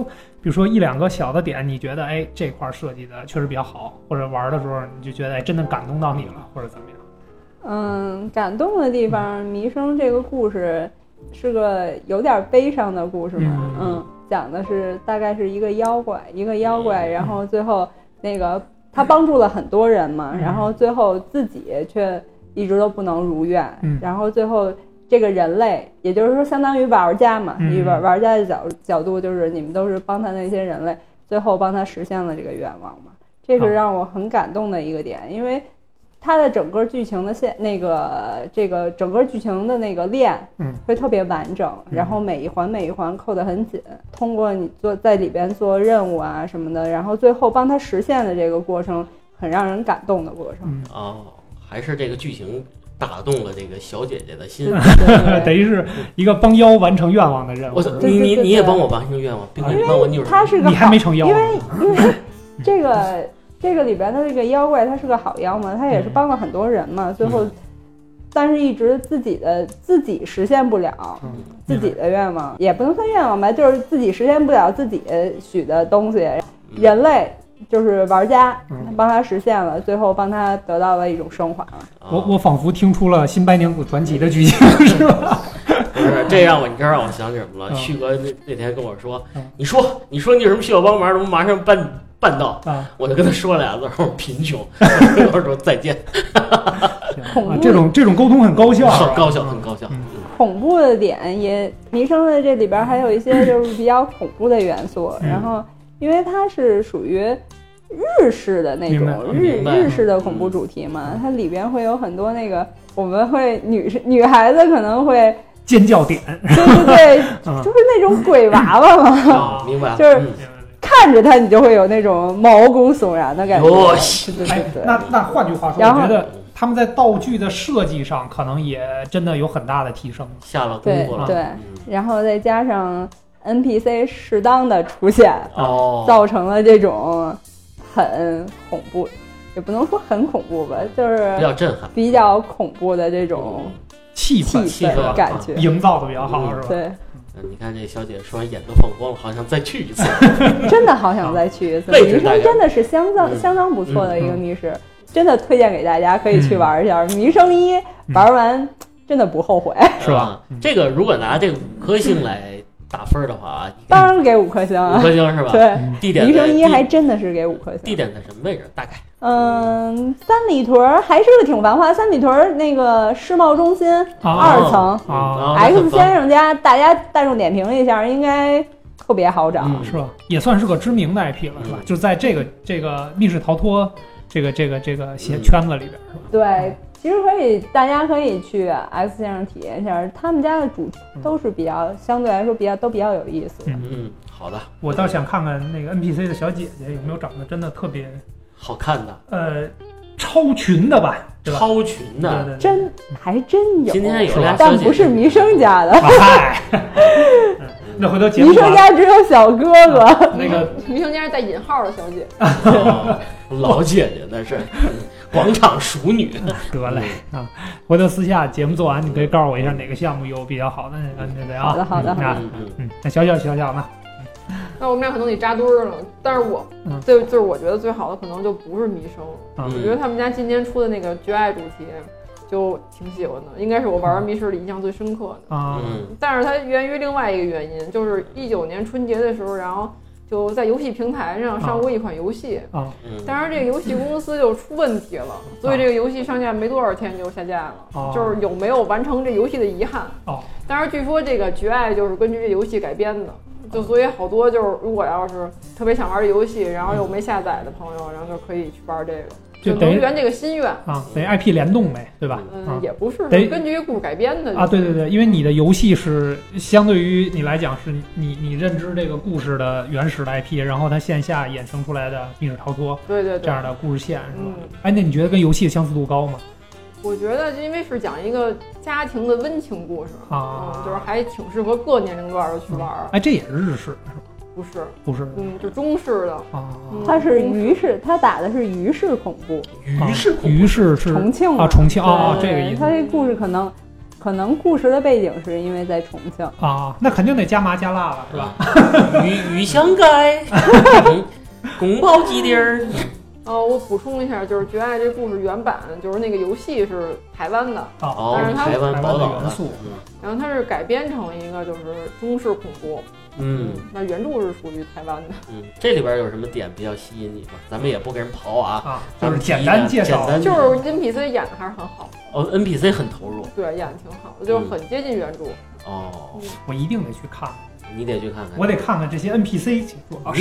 Speaker 2: 比如说一两个小的点，你觉得哎这块设计的确实比较好，或者玩的时候你就觉得哎真的感动到你了，或者怎么样？
Speaker 3: 感动的地方，弥生这个故事是个有点悲伤的故事嘛，讲的是大概是一个妖怪，然后最后那个他帮助了很多人嘛，然后最后自己却一直都不能如愿，然后最后这个人类，也就是说相当于玩家嘛，以玩家的角度，就是你们都是帮他那些人类，最后帮他实现了这个愿望嘛，这是让我很感动的一个点，因为它的整个剧情的这个整个剧情的那个链会特别完整，然后每一环扣得很紧，通过你在里边做任务啊什么的，然后最后帮他实现的这个过程很让人感动的过程。
Speaker 1: 还是这个剧情打动了这个小姐姐的心，
Speaker 2: 等于是一个帮妖完成愿望的任务。
Speaker 1: 你也帮我完成愿望，并且帮我女儿。
Speaker 3: 他是个
Speaker 2: 你还没成妖，
Speaker 3: 因为这个里边的这个妖怪，他是个好妖嘛，他也是帮了很多人嘛，最后，但是一直自己实现不了自己的愿望，也不能算愿望吧，就是自己实现不了自己许的东西，人类就是玩家帮他实现了，最后帮他得到了一种升华。
Speaker 2: 我仿佛听出了《新白娘子传奇》的剧情，是吧？
Speaker 1: 不是，这让我我想起什么了？旭哥那天跟我说，你说你有什么需要帮忙的，我马上办到。我就跟他说俩字，贫穷。我说再见。
Speaker 2: 这种沟通很高效，
Speaker 1: 很高效。
Speaker 3: 恐怖的点也，弥生的这里边还有一些就是比较恐怖的元素，然后因为它是属于日式的那种日式的恐怖主题嘛，它里边会有很多那个我们会女孩子可能会
Speaker 2: 尖叫点，
Speaker 3: 对，就是那种鬼娃娃嘛，
Speaker 1: 明白，
Speaker 3: 就是看着它你就会有那种毛骨悚然的感觉。
Speaker 2: 对，那换句话说，我觉得他们在道具的设计上可能也真的有很大的提升，
Speaker 1: 下了功夫了。
Speaker 3: 对，然后再加上 NPC 适当的出现，造成了这种很恐怖，也不能说很恐怖吧，就是
Speaker 1: 比较震撼、
Speaker 3: 比较恐怖的这种
Speaker 2: 气氛
Speaker 3: 感觉，
Speaker 2: 营造的比较好，是吧？
Speaker 3: 对。
Speaker 1: 你看这小姐说完眼都放光了，好想再去一次，
Speaker 3: 真的好想再去一次。弥生真的是相当不错的一个密室，真的推荐给大家可以去玩一下。弥生1玩完真的不后悔，
Speaker 1: 是吧？这个如果拿这个5颗星来打分的话，
Speaker 3: 当然给5颗星啊，5
Speaker 1: 颗星是吧？
Speaker 3: 对，
Speaker 1: 地点
Speaker 3: 弥生1还真的是给5颗星。
Speaker 1: 地点在什么位置？大概
Speaker 3: 三里屯还是个挺繁华。三里屯那个世贸中心2层，X 先生家，大家大众点评一下，应该特别好找，
Speaker 2: 是吧？也算是个知名的 IP 了，是吧？就在这个密室逃脱这个圈子里边，是吧？
Speaker 3: 对，其实大家可以去 X 先生体验一下，他们家的主题都是相对来说都比较有意思。
Speaker 1: 好的，
Speaker 2: 我倒想看看那个 NPC 的小姐姐有没有长得真的特别
Speaker 1: 好看的，
Speaker 2: 超群的吧，对吧？
Speaker 1: 超群的，
Speaker 3: 对，还真有。
Speaker 1: 今天有俩，
Speaker 3: 但不是弥生家的。
Speaker 2: 那回头
Speaker 3: 弥生家只有小哥哥，
Speaker 2: 那个
Speaker 4: 弥生家带引号的小姐，
Speaker 1: 老姐姐那是广场熟女。
Speaker 2: 得嘞啊！回头私下节目做完，你可以告诉我一下哪个项目有比较好的那个啊。
Speaker 3: 好的。
Speaker 2: 那小呢？
Speaker 4: 那我们俩可能得扎堆儿了，但是我就是我觉得最好的可能就不是弥生，我觉得他们家今年出的那个绝爱主题就挺喜欢的，应该是我玩密室里印象最深刻的但是它源于另外一个原因，就是19年春节的时候，然后就在游戏平台上上过一款游戏但是这个游戏公司就出问题了所以这个游戏上架没多少天就下架了就是有没有完成这游戏的遗憾但是据说这个绝爱就是根据这游戏改编的就所以好多就是如果要是特别想玩这游戏然后又没下载的朋友然后就可以去玩这个就能圆这个心愿
Speaker 2: 等于 IP 联动呗对吧
Speaker 4: 也不是根据故事改编的
Speaker 2: 对，因为你的游戏是相对于你来讲是你认知这个故事的原始的 IP 然后它线下衍生出来的密室逃脱
Speaker 4: 对
Speaker 2: 这样的故事线是吧那你觉得跟游戏相似度高吗？
Speaker 4: 我觉得因为是讲一个家庭的温情故事就是还挺适合各年龄段的去玩
Speaker 2: 这也是日式是吧？不是
Speaker 4: 就中式的
Speaker 3: 它是鱼式，它打的是鱼式恐怖，
Speaker 2: 鱼式是
Speaker 3: 重庆
Speaker 2: 重庆这个意思。
Speaker 3: 它这故事可可能故事的背景是因为在重庆
Speaker 2: 啊，那肯定得加麻加辣了，是吧？
Speaker 1: 鱼香盖，宫保鸡丁儿。
Speaker 4: 我补充一下，就是《绝爱》这故事原版就是那个游戏是台湾的，但是它
Speaker 1: 台湾宝岛
Speaker 2: 元素，
Speaker 4: 然后它是改编成一个就是中式恐怖。那原著是属于台湾的。
Speaker 1: 这里边有什么点比较吸引你吗？咱们也不给人刨啊，
Speaker 2: 就是简单介绍，
Speaker 4: 就是 NPC 演的还是很好。
Speaker 1: NPC 很投入，
Speaker 4: 对，演的挺好的，就是很接近原著。
Speaker 2: 我一定得去看。
Speaker 1: 你得去看看，
Speaker 2: 我得看看这些 NPC 主要是。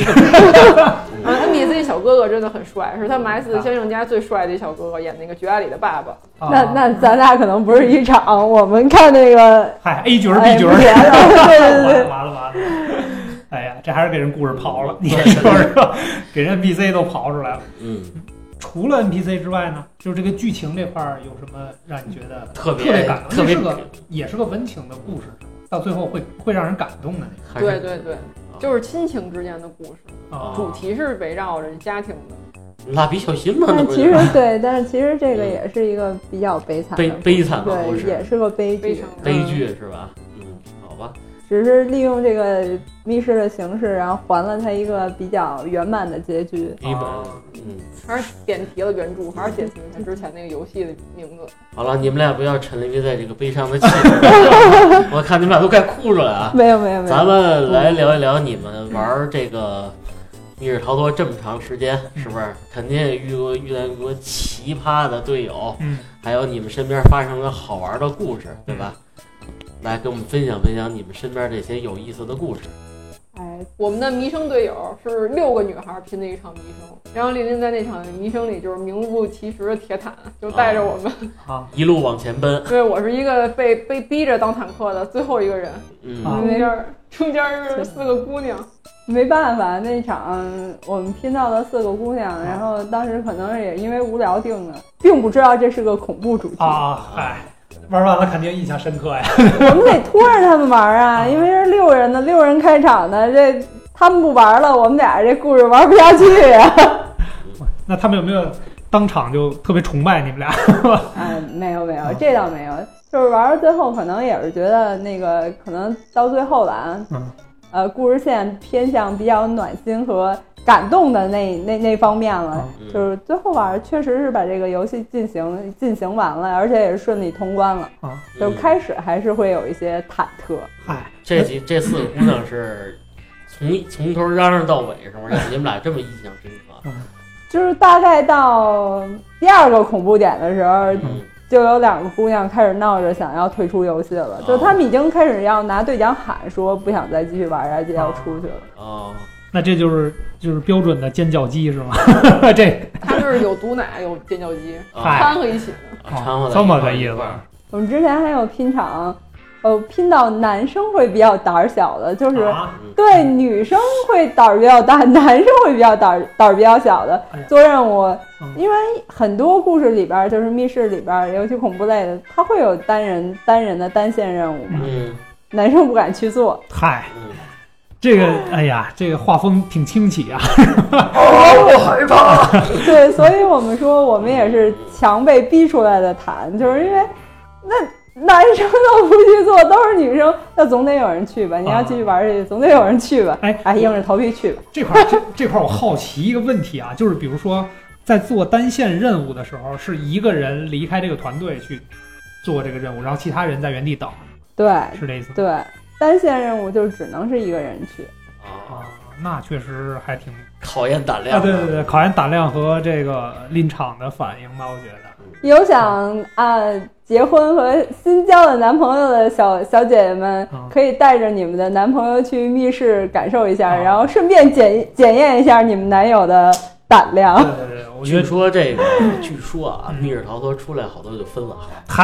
Speaker 4: NPC 小哥哥真的很帅，是他们 S 先生家最帅的一小哥哥，演那个《绝爱》里的爸爸。
Speaker 3: 那咱俩可能不是一场，我们看那个
Speaker 2: A 角 B 角，
Speaker 3: 对，
Speaker 2: 完了。哎呀，这还是给人故事刨了，你说是吧？给人 NPC 都刨出来了。除了 NPC 之外呢，就是这个剧情这块有什么让你觉得特别感动？也是个温情的故事。到最后会让人感动的那
Speaker 4: 个，对，就是亲情之间的故事，主题是围绕着家庭的。
Speaker 1: 蜡笔小新嘛，
Speaker 3: 其实对，但是其实这个也是一个比较悲惨的
Speaker 1: 悲惨的
Speaker 3: 故事，对，也是个悲剧
Speaker 1: 是吧？好吧。
Speaker 3: 只是利用这个密室的形式，然后还了他一个比较圆满的结局。
Speaker 4: 还是点题了原著，还是点题了之前那个游戏的名字。
Speaker 1: 好了，你们俩不要沉溺在这个悲伤的气氛，我看你们俩都快哭出来啊！
Speaker 3: 没有，
Speaker 1: 咱们来聊一聊你们玩这个密室逃脱这么长时间，是不是肯定也遇到过奇葩的队友？还有你们身边发生的好玩的故事，对吧？来跟我们分享你们身边这些有意思的故事。
Speaker 4: 我们的弥生队友是6个女孩拼的一场弥生，然后琳琳在那场弥生里就是名不其实的铁坦，就带着我们
Speaker 1: 一路往前奔。
Speaker 4: 对，我是一个被逼着当坦克的最后一个人。中间是4个姑娘，
Speaker 3: 没办法，那场我们拼到了4个姑娘，然后当时可能也因为无聊定的，并不知道这是个恐怖主题
Speaker 2: 玩完了肯定印象深刻呀。
Speaker 3: 我们得拖着他们玩啊，因为是6人的，6人开场的，这他们不玩了，我们俩这故事玩不下去呀。
Speaker 2: 那他们有没有当场就特别崇拜你们俩？
Speaker 3: 没有，这倒没有，就是玩到最后可能也是觉得那个可能到最后吧，故事线偏向比较暖心和感动的那方面了，就是最后玩确实是把这个游戏进行完了，而且也是顺利通关了。就是开始还是会有一些忐忑。
Speaker 1: 这4个姑娘是从头嚷嚷到尾，是不是？你们俩这么印象深刻？
Speaker 3: 就是大概到第2个恐怖点的时候，就有2个姑娘开始闹着想要退出游戏了，就他们已经开始要拿对讲喊说不想再继续玩，而且要出去了。
Speaker 2: 那这就是标准的尖叫鸡是吗？
Speaker 4: 他就是有毒奶有尖叫鸡掺和一起的，
Speaker 2: 这么个意思。
Speaker 3: 我们之前还有拼场，拼到男生会比较胆小的，就是对女生会胆儿比较大，男生会比较胆儿比较小的做任务，因为很多故事里边就是密室里边，尤其恐怖类的，它会有单人的单线任务嘛，男生不敢去做。
Speaker 2: 这个哎呀，这个画风挺清奇啊！
Speaker 1: 我害怕。
Speaker 3: 对，所以我们说我们也是强被逼出来的谈，就是因为那男生都不去做，都是女生，那总得有人去吧？你要继续玩下去，总得有人去吧？硬着头皮去吧。
Speaker 2: 这块我好奇一个问题啊，就是比如说在做单线任务的时候，是一个人离开这个团队去做这个任务，然后其他人在原地等。
Speaker 3: 对，
Speaker 2: 是这意思。
Speaker 3: 对。单线任务就只能是一个人去
Speaker 2: 那确实还挺
Speaker 1: 考验胆量
Speaker 2: 对，考验胆量和这个临场的反应吧，我觉得。
Speaker 3: 有想结婚和新交的男朋友的小姐姐们，可以带着你们的男朋友去密室感受一下，然后顺便检验一下你们男友的胆量。
Speaker 2: 对，我觉得
Speaker 1: 说这个，据说啊，密室逃脱出来好多就分了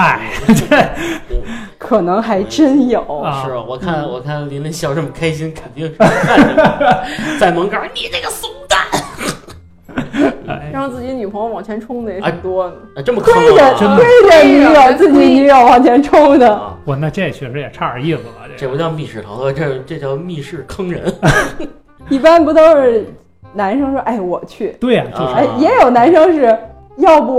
Speaker 3: 可能还真有。
Speaker 1: 是我看琳琳笑这么开心，肯定是看这个在门槛，你这个怂蛋。
Speaker 4: 让自己女朋友往前冲的也挺多的，
Speaker 1: 这么
Speaker 3: 亏着自己女友往前冲的。
Speaker 2: 那这确实也差点意思了。
Speaker 1: 这不叫密室逃脱，这叫密室坑人。
Speaker 3: 一般不都是男生说我去？
Speaker 2: 对呀，
Speaker 3: 也有男生是要不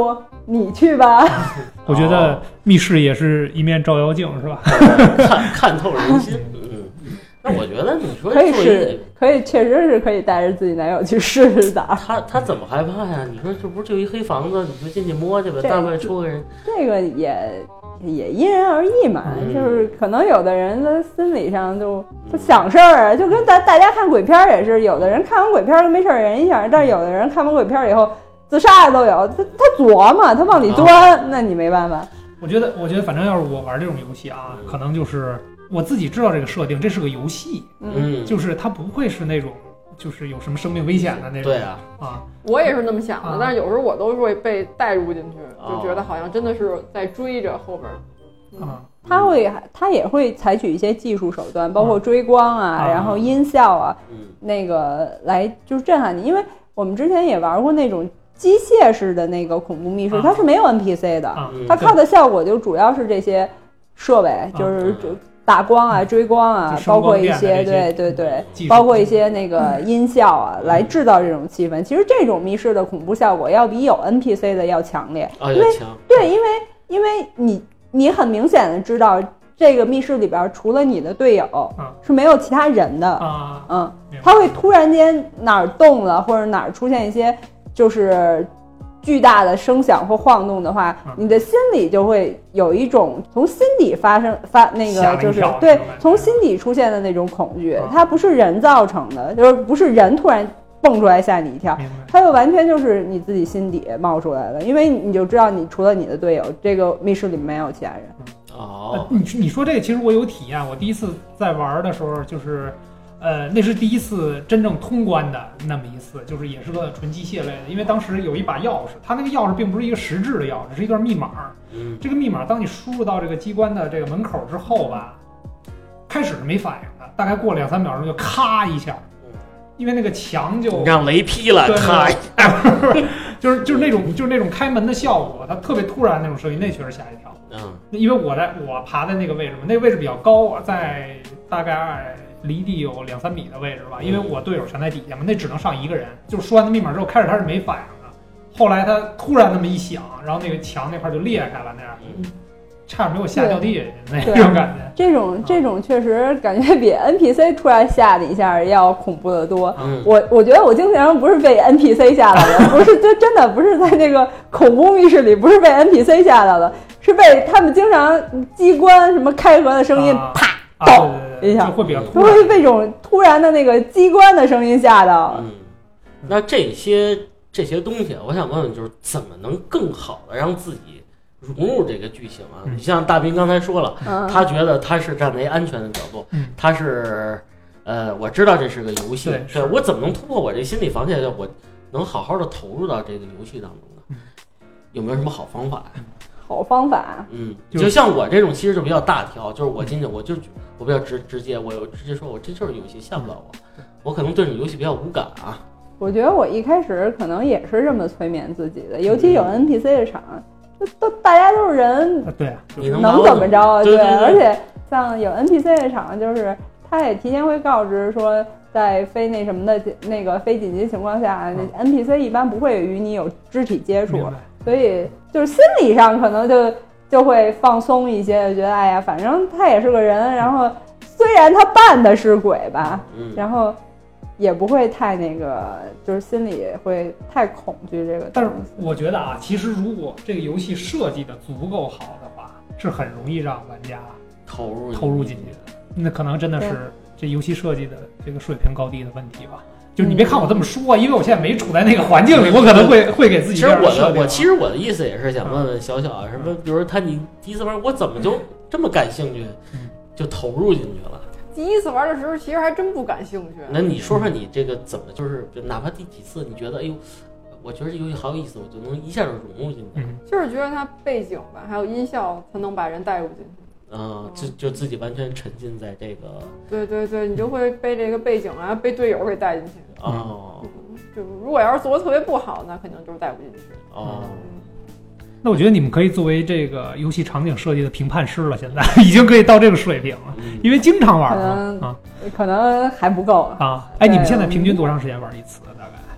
Speaker 3: 你去吧。
Speaker 2: 我觉得密室也是一面照妖镜，是吧？
Speaker 1: 看透人心。那我觉得你说
Speaker 3: 可以试，可以，确实是可以带着自己男友去试试打。
Speaker 1: 他怎么害怕呀？你说这不是就一黑房子，你就进去摸去呗，大不了出个人。
Speaker 3: 这个也因人而异嘛，就是可能有的人的心理上就想事儿，就跟大家看鬼片也是，有的人看完鬼片都没事人一下，但是有的人看完鬼片以后自杀的都有，他琢磨，他往里钻，那你没办法。
Speaker 2: 我觉得反正要是我玩这种游戏啊，可能就是我自己知道这个设定，这是个游戏，就是它不会是那种就是有什么生命危险的那种。
Speaker 1: 对啊，
Speaker 4: 我也是那么想的，但是有时候我都会被带入进去，就觉得好像真的是在追着后边。
Speaker 3: 他也会采取一些技术手段，包括追光啊，然后音效啊，那个来就是震撼你，因为我们之前也玩过那种机械式的那个恐怖密室，它是没有 NPC 的，它靠的效果就主要是这些设备，就是打光啊、追光啊，包括一些对，包括一些那个音效啊，来制造这种气氛。其实这种密室的恐怖效果要比有 NPC 的要强烈，因为你很明显的知道这个密室里边除了你的队友是没有其他人的，他会突然间哪儿动了，或者哪儿出现一些就是巨大的声响或晃动的话，你的心里就会有一种从心底发那个就是对从心底出现的那种恐惧，它不是人造成的，就是不是人突然蹦出来吓你一跳，它就完全就是你自己心底冒出来的，因为你就知道你除了你的队友，这个密室里没有其他人。
Speaker 2: 你说这个其实我有体验，我第一次在玩的时候就是那是第一次真正通关的那么一次，就是也是个纯机械类的，因为当时有一把钥匙，它那个钥匙并不是一个实质的钥匙，是一段密码。这个密码当你输入到这个机关的这个门口之后吧，开始是没反应的，大概过2-3秒钟就咔一下，因为那个墙就
Speaker 1: 让雷劈了，咔一下，
Speaker 2: 就是那种开门的效果，它特别突然那种声音，那确实吓一跳。因为我爬在那个位置嘛，那个位置比较高，在大概离地有2-3米的位置吧，因为我队友全在底下嘛，那只能上一个人。就是说完的密码之后，开始他是没反应的，后来他突然那么一响，然后那个墙那块就裂开了，那样，差点没有吓掉地下去那种感觉。
Speaker 3: 这种确实感觉比 NPC 突然吓你一下要恐怖得多。我觉得我精神上不是被 NPC 吓到的，不是，就真的不是在那个恐怖密室里，不是被 NPC 吓到的，是被他们经常机关什么开合的声音啪咚一下，
Speaker 2: 会比较
Speaker 3: 都会被这种突然的那个机关的声音吓到。
Speaker 1: 那这些东西，我想问问，就是怎么能更好的让自己融入这个剧情啊？你像大兵刚才说了，他觉得他是站在安全的角度，他是我知道这是个游戏，对我怎么能突破我这心理防线，我能好好的投入到这个游戏当中呢？有没有什么好方法呀？
Speaker 3: 好方法，
Speaker 1: 就像我这种其实就比较大条，就是我进去我比较直接，我直接说我这就是游戏，吓不到我可能对这游戏比较无感啊。
Speaker 3: 我觉得我一开始可能也是这么催眠自己的，尤其有 NPC 的场，大家都是人，
Speaker 2: 对，
Speaker 3: 能怎么着啊？对，而且像有 NPC 的场，就是他也提前会告知说，在非那什么的那个非紧急情况下，NPC 一般不会与你有肢体接触，所以就是心理上可能就会放松一些，觉得哎呀，反正他也是个人，然后虽然他扮的是鬼吧，然后也不会太那个，就是心里会太恐惧这个。
Speaker 2: 但是我觉得啊，其实如果这个游戏设计的足够好的话，是很容易让玩家投入进去的。那可能真的是这游戏设计的这个水平高低的问题吧。就是你别看我这么说，因为我现在没处在那个环境里，我可能会给自己这样的设定。
Speaker 1: 其实我的意思也是想问问小小啊，什么，比如说你第一次玩，我怎么就这么感兴趣，就投入进去了？
Speaker 4: 第一次玩的时候，其实还真不感兴趣。
Speaker 1: 那你说说你这个怎么就是哪怕第几次，你觉得哎呦，我觉得这游戏好有意思，我就能一下就融入进去。
Speaker 4: 就是觉得它背景吧，还有音效，才能把人带入进
Speaker 1: 去。就自己完全沉浸在这个。
Speaker 4: 对，你就会被这个背景啊，被队友给带进去。就如果要是做的特别不好，那肯定就是带不进去。
Speaker 2: 那我觉得你们可以作为这个游戏场景设计的评判师了，现在已经可以到这个水平了，因为经常玩嘛。
Speaker 3: 可能还不够
Speaker 2: 啊。哎，你们现在平均多长时间玩一次？大概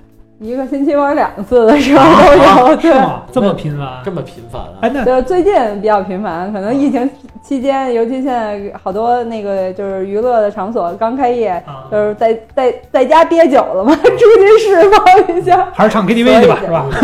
Speaker 3: 一个星期玩2次的时候都有，对，
Speaker 2: 这么频繁，
Speaker 1: 这么频繁啊？
Speaker 2: 哎，那
Speaker 3: 对，最近比较频繁，可能疫情期间，尤其现在好多那个就是娱乐的场所刚开业，就是在家憋久了嘛，出去释放一下，
Speaker 2: 还是唱 KTV 去吧，是吧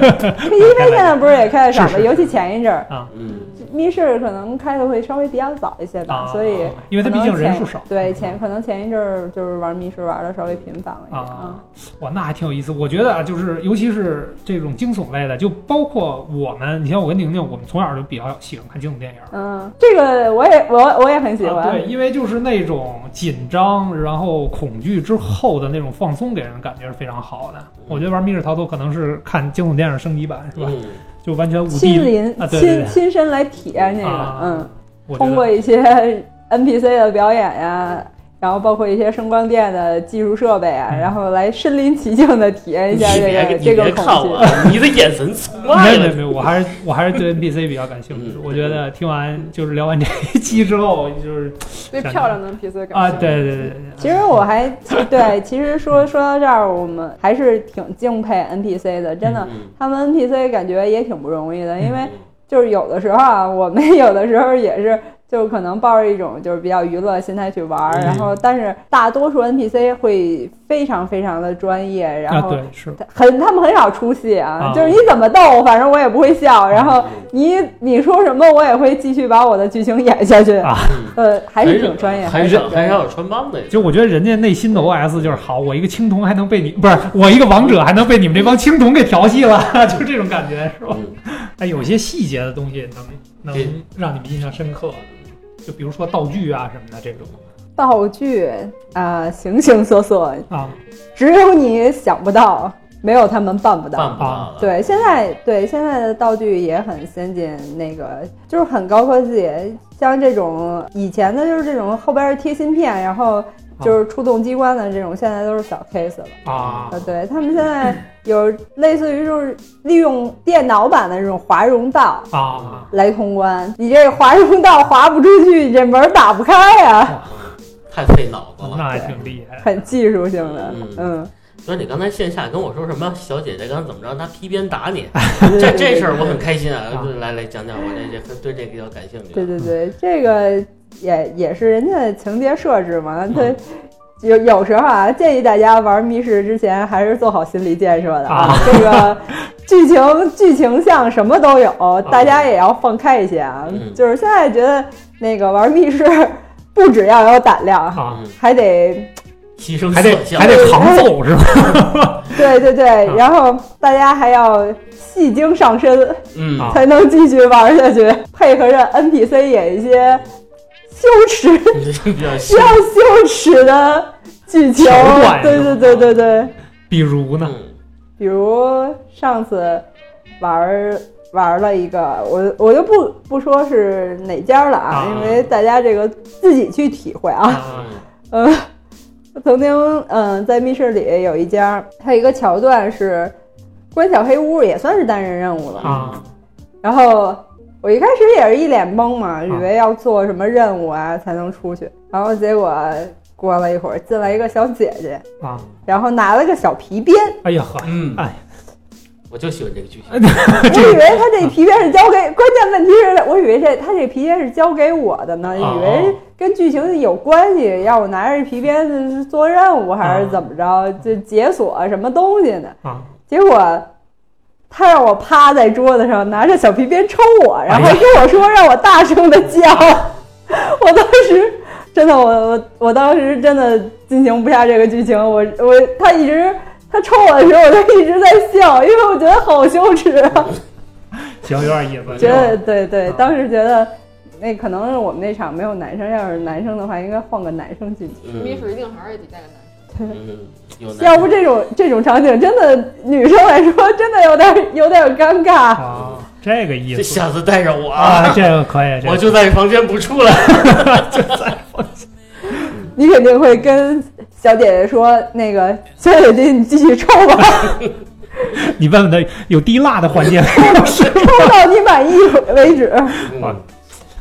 Speaker 3: ？KTV 现在不是也开的少吗？尤其前一阵儿
Speaker 2: 啊，
Speaker 3: 密室可能开的会稍微比较早一些吧，所以
Speaker 2: 因为它毕竟人数少，
Speaker 3: 对可能前一阵儿就是玩密室玩的稍微频繁了一点啊。
Speaker 2: 哇，那还挺有意思。我觉得啊，就是尤其是这种惊悚类的，就包括我们，你像我跟宁宁，我们从小就比较喜欢看惊悚电影。
Speaker 3: 这个我也很喜欢。
Speaker 2: 对，因为就是那种紧张，然后恐惧之后的那种放松，给人感觉是非常好的。我觉得玩密室逃脱可能是看惊悚电影升级版，是吧？就完全
Speaker 3: 亲身来体验这个，通过一些 NPC 的表演呀，然后包括一些声光电的技术设备啊，然后来身临其境的体验一下这个恐
Speaker 1: 惧。你的眼神从来
Speaker 2: 没有，我还是对 NPC 比较感兴趣。我觉得听完就是聊完这一期之后，就是
Speaker 4: 对漂亮的 NPC 感
Speaker 2: 啊，对。
Speaker 3: 其实我还对，其实说到这儿，我们还是挺敬佩 NPC 的，真的，他们 NPC 感觉也挺不容易的，因为就是有的时候啊，我们有的时候也是。就可能抱着一种就是比较娱乐心态去玩，然后但是大多数 NPC 会非常非常的专业，然后他们很少出戏啊，就是你怎么逗，反正我也不会笑，然后你说什么我也会继续把我的剧情演下去啊，还是挺专业，
Speaker 1: 很少有穿帮的。
Speaker 2: 就我觉得人家内心的 OS 就是好，我一个青铜还能被你不是我一个王者还能被你们这帮青铜给调戏了，就这种感觉是吧？哎，有些细节的东西能让你们印象深刻。就比如说道具啊什么的这种
Speaker 3: 道具形形色色
Speaker 2: 啊，
Speaker 3: 只有你想不到，没有他们办不到
Speaker 1: 啊。
Speaker 3: 对，现在的道具也很先进，那个就是很高科技，像这种以前的就是这种后边贴芯片，然后就是触动机关的这种，现在都是小 case 了
Speaker 2: 啊。
Speaker 3: 对，他们现在有类似于就是利用电脑版的这种滑容道
Speaker 2: 啊
Speaker 3: 来通关，你这滑容道滑不出去，你这门打不开呀，
Speaker 1: 太费脑子了。
Speaker 2: 那还挺厉害，
Speaker 3: 很技术性的。
Speaker 1: 所以你刚才线下跟我说什么小姐姐刚才怎么着拿皮鞭打你，这事儿我很开心啊！来讲讲，我这对这个比较感兴趣。
Speaker 3: 对，这个也是人家的情节设置嘛，对。有时候啊，建议大家玩密室之前还是做好心理建设的啊。这个剧情像什么都有，大家也要放开一些啊。就是现在觉得那个玩密室不只要有胆量
Speaker 2: 啊，
Speaker 3: 还得
Speaker 1: 牺牲
Speaker 2: 还得扛揍是吧？
Speaker 3: 对，然后大家还要戏精上身，才能继续玩下去，配合着 NPC 演一些。羞耻，需要羞耻的剧情，对。
Speaker 2: 比如呢？
Speaker 3: 比如上次玩了一个，我就不说是哪家了啊，因为大家这个自己去体会啊。曾经在密室里有一家，它有一个桥段是关小黑屋，也算是单人任务了
Speaker 2: 啊。
Speaker 3: 然后我一开始也是一脸懵嘛，以为要做什么任务啊才能出去，然后结果过了一会儿进来一个小姐姐
Speaker 2: 啊，
Speaker 3: 然后拿了个小皮鞭。
Speaker 2: 哎呀呵，
Speaker 1: 我就喜欢这个剧情。
Speaker 3: 我以为他这皮鞭是交给，关键问题是我以为他这皮鞭是交给我的呢，以为跟剧情有关系，要我拿着皮鞭做任务还是怎么着，就解锁什么东西呢？结果他让我趴在桌子上拿着小皮鞭抽我，然后跟我说让我大声的叫。我当时真的我当时真的进行不下这个剧情，他抽我的时候我就一直在笑，因为我觉得好羞耻啊。
Speaker 2: 行，有点意思。
Speaker 3: 觉得对，当时觉得那可能是我们那场没有男生，要是男生的话应该换个男生进去。
Speaker 4: 密室一定还是得带个男生。
Speaker 3: 要不这种场景真的女生来说真的有点尴尬
Speaker 2: 啊，这个意思。
Speaker 1: 下次带上我
Speaker 2: 啊，这个可以，
Speaker 1: 我就在房间不出来。
Speaker 2: 就在房间。
Speaker 3: 你肯定会跟小姐姐说，那个小姐姐你继续抽吧。
Speaker 2: 你问问他有滴蜡的环节，
Speaker 3: 抽到你满意为止。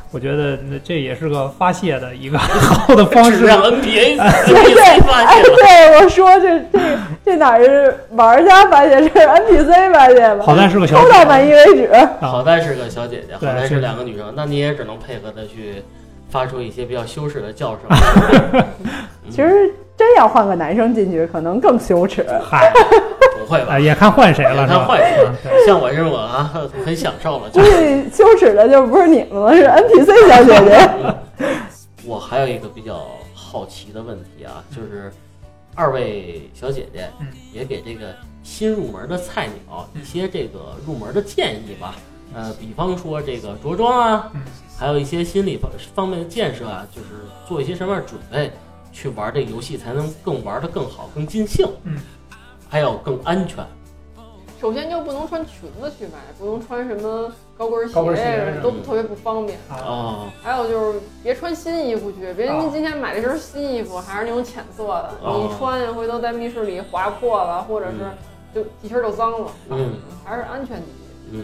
Speaker 2: 我觉得这也是个发泄的一个好的方式，
Speaker 1: 让 NBA
Speaker 3: 发泄。对，我说这哪是玩家发泄，这是 NPC 发泄吧？
Speaker 2: 好在是个小姐姐，
Speaker 3: 抽到满意为止。
Speaker 1: 好在是个小姐姐，好在是2个女生，那你也只能配合她去发出一些比较羞耻的叫声。
Speaker 3: 其实真要换个男生进去，可能更羞耻。
Speaker 2: 嗨。
Speaker 1: 不会吧？
Speaker 2: 也看换谁了，
Speaker 1: 看换谁。像我这种啊，很享受了。
Speaker 3: 最羞耻的就不是你们了，是 NPC 小姐姐。
Speaker 1: 我还有一个比较好奇的问题啊，就是2位小姐姐也给这个新入门的菜鸟一些这个入门的建议吧。比方说这个着装啊，还有一些心理方面的建设啊，就是做一些什么样的准备，去玩这个游戏才能玩得更好、更尽兴。还有更安全。
Speaker 4: 首先就不能穿裙子去买，不能穿什么高跟鞋，都特别不方便。还有就是别穿新衣服去，别人今天买了身新衣服，还是那种浅色的，你穿回头在密室里划破了，或者是就一身就脏了。还是安全第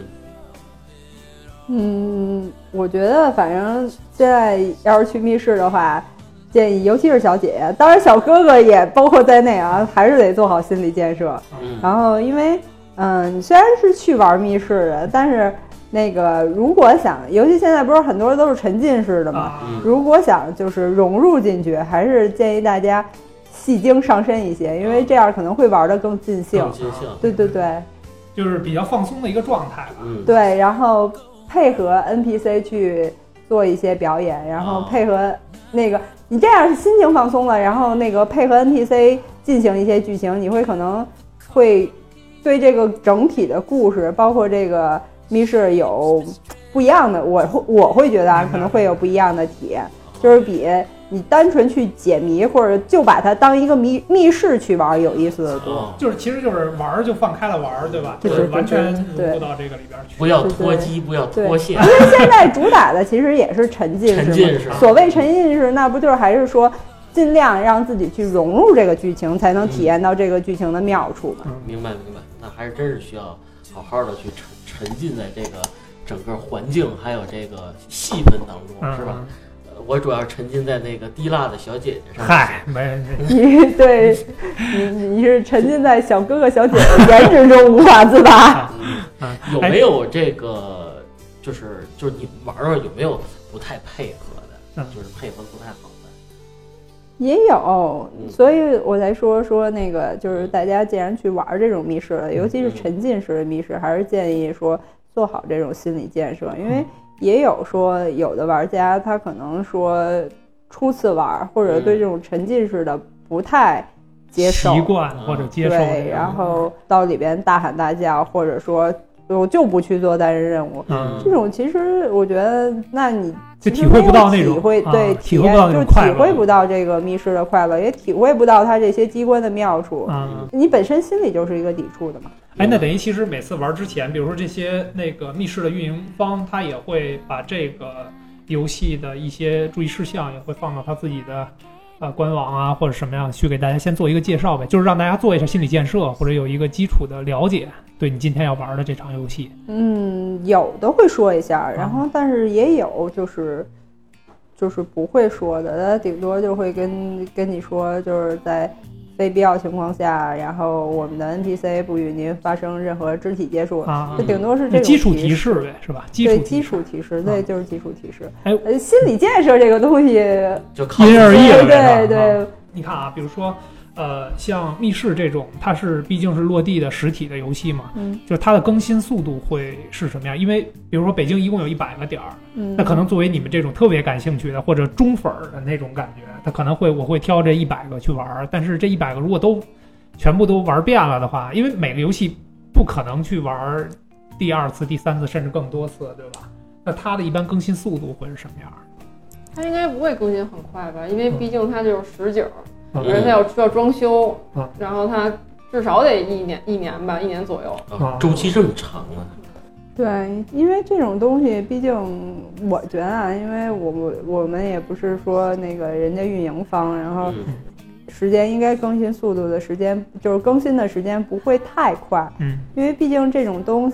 Speaker 3: 一。我觉得反正现在要是去密室的话。建议，尤其是小姐姐，当然小哥哥也包括在内啊，还是得做好心理建设。然后，因为你虽然是去玩密室的，但是那个如果想，尤其现在不是很多都是沉浸式的嘛，如果想就是融入进去，还是建议大家戏精上身一些，因为这样可能会玩得更尽兴。对对对，
Speaker 2: 就是比较放松的一个状态吧。
Speaker 3: 对，然后配合 NPC 去做一些表演，然后配合那个。你这样是心情放松了，然后那个配合 NPC 进行一些剧情，你会可能会对这个整体的故事，包括这个密室有不一样的，我会觉得啊，可能会有不一样的体验，就是比你单纯去解谜或者就把它当一个密室去玩有意思的多。
Speaker 2: 其实就是玩就放开了玩，对吧？就是完全融入到这个里边去，
Speaker 1: 不要脱机，不要脱线。
Speaker 3: 因为现在主打的其实也是沉浸式，所谓沉浸式，那不就是还是说尽量让自己去融入这个剧情，才能体验到这个剧情的妙处嘛？
Speaker 1: 明白。那还是真是需要好好的去沉浸在这个整个环境还有这个气氛当中，是吧？我主要沉浸在那个滴蜡的小姐姐上。
Speaker 2: 嗨，没
Speaker 3: 对，你是沉浸在小哥哥小姐姐颜值中无法自拔。
Speaker 1: 有没有这个就是你玩的有没有不太配合的，就是配合不太好的？
Speaker 3: 也有，所以我才说那个就是大家既然去玩这种密室了，尤其是沉浸式的密室，还是建议说做好这种心理建设，因为。也有说有的玩家他可能说初次玩或者对这种沉浸式的不太接受
Speaker 2: 习惯或者接受，
Speaker 3: 对，然后到里边大喊大叫，或者说我就不去做单人任务，这种其实我觉得那你
Speaker 2: 就体会不到那种
Speaker 3: 对体验就体会不到这个密室的快乐，也体会不到它这些机关的妙处，你本身心里就是一个抵触的嘛。
Speaker 2: 那等于其实每次玩之前，比如说这些那个密室的运营方，他也会把这个游戏的一些注意事项也会放到他自己的官网啊或者什么样，去给大家先做一个介绍呗，就是让大家做一下心理建设，或者有一个基础的了解，对你今天要玩的这场游戏。
Speaker 3: 有的会说一下，然后但是也有就是不会说的，他顶多就会跟你说，就是在非必要情况下，然后我们的 NPC 不与您发生任何肢体接触，就顶多是这种
Speaker 2: 基础提示呗，是吧？
Speaker 3: 对，基础提示，对，就是基础提示。心理建设这个东西
Speaker 1: 就
Speaker 2: 因人而异了，
Speaker 3: 对。
Speaker 2: 你看啊，比如说像密室这种，它毕竟是落地的实体的游戏嘛，就是它的更新速度会是什么样？因为比如说北京一共有100个点儿，那可能作为你们这种特别感兴趣的或者中粉的那种感觉，它可能我会挑这100个去玩，但是这100个如果全部都玩遍了的话，因为每个游戏不可能去玩第2次、第3次甚至更多次，对吧？那它的一般更新速度会是什么样？
Speaker 4: 它应该不会更新很快吧？因为毕竟它就是实景。而且它要装修，然后它至少得一年吧，1年左右。
Speaker 1: 周期这么长啊？
Speaker 3: 对，因为这种东西，毕竟我觉得啊，因为我们也不是说那个人家运营方，然后时间应该更新速度的时间，就是更新的时间不会太快。因为毕竟这种东西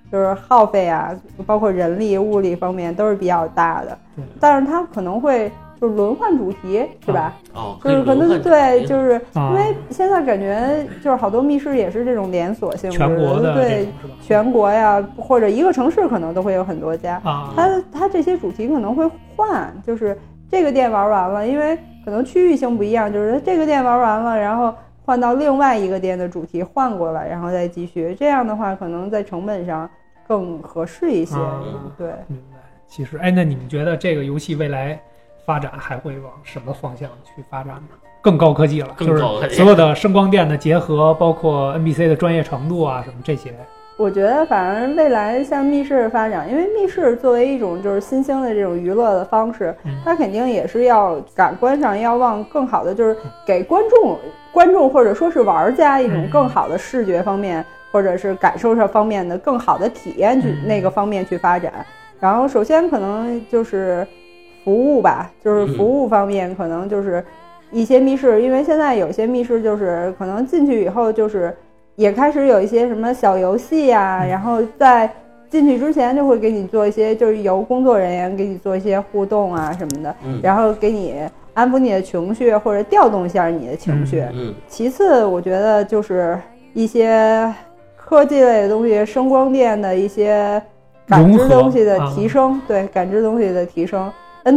Speaker 3: 就是耗费啊，包括人力物力方面都是比较大的，但是它可能会就是轮换主题，是吧？就是可能对，就是因为现在感觉就是好多密室也是这种连锁性质，
Speaker 2: 全国的，
Speaker 3: 对，全国呀，或者一个城市可能都会有很多家。它这些主题可能会换，就是这个店玩完了，因为可能区域性不一样，就是这个店玩完了，然后换到另外一个店的主题换过来，然后再继续。这样的话，可能在成本上更合适一些。对，
Speaker 2: 明白。其实，那你们觉得这个游戏未来发展还会往什么方向去发展呢？更高科技了，就是所有的声光电的结合，包括 NPC 的专业程度啊，什么这些。
Speaker 3: 我觉得反正未来像密室发展，因为密室作为一种就是新兴的这种娱乐的方式，它肯定也是要感官上要往更好的，就是给观众或者说是玩家一种更好的视觉方面，或者是感受上方面的更好的体验去那个方面去发展。然后首先可能就是服务吧，就是服务方面可能就是一些密室，因为现在有些密室就是可能进去以后就是也开始有一些什么小游戏啊，然后在进去之前就会给你做一些，就是由工作人员给你做一些互动啊什么的，然后给你安抚你的情绪或者调动一下你的情绪。其次我觉得就是一些科技类的东西，声光电的一些感知东西的提升，对，感知东西的提升，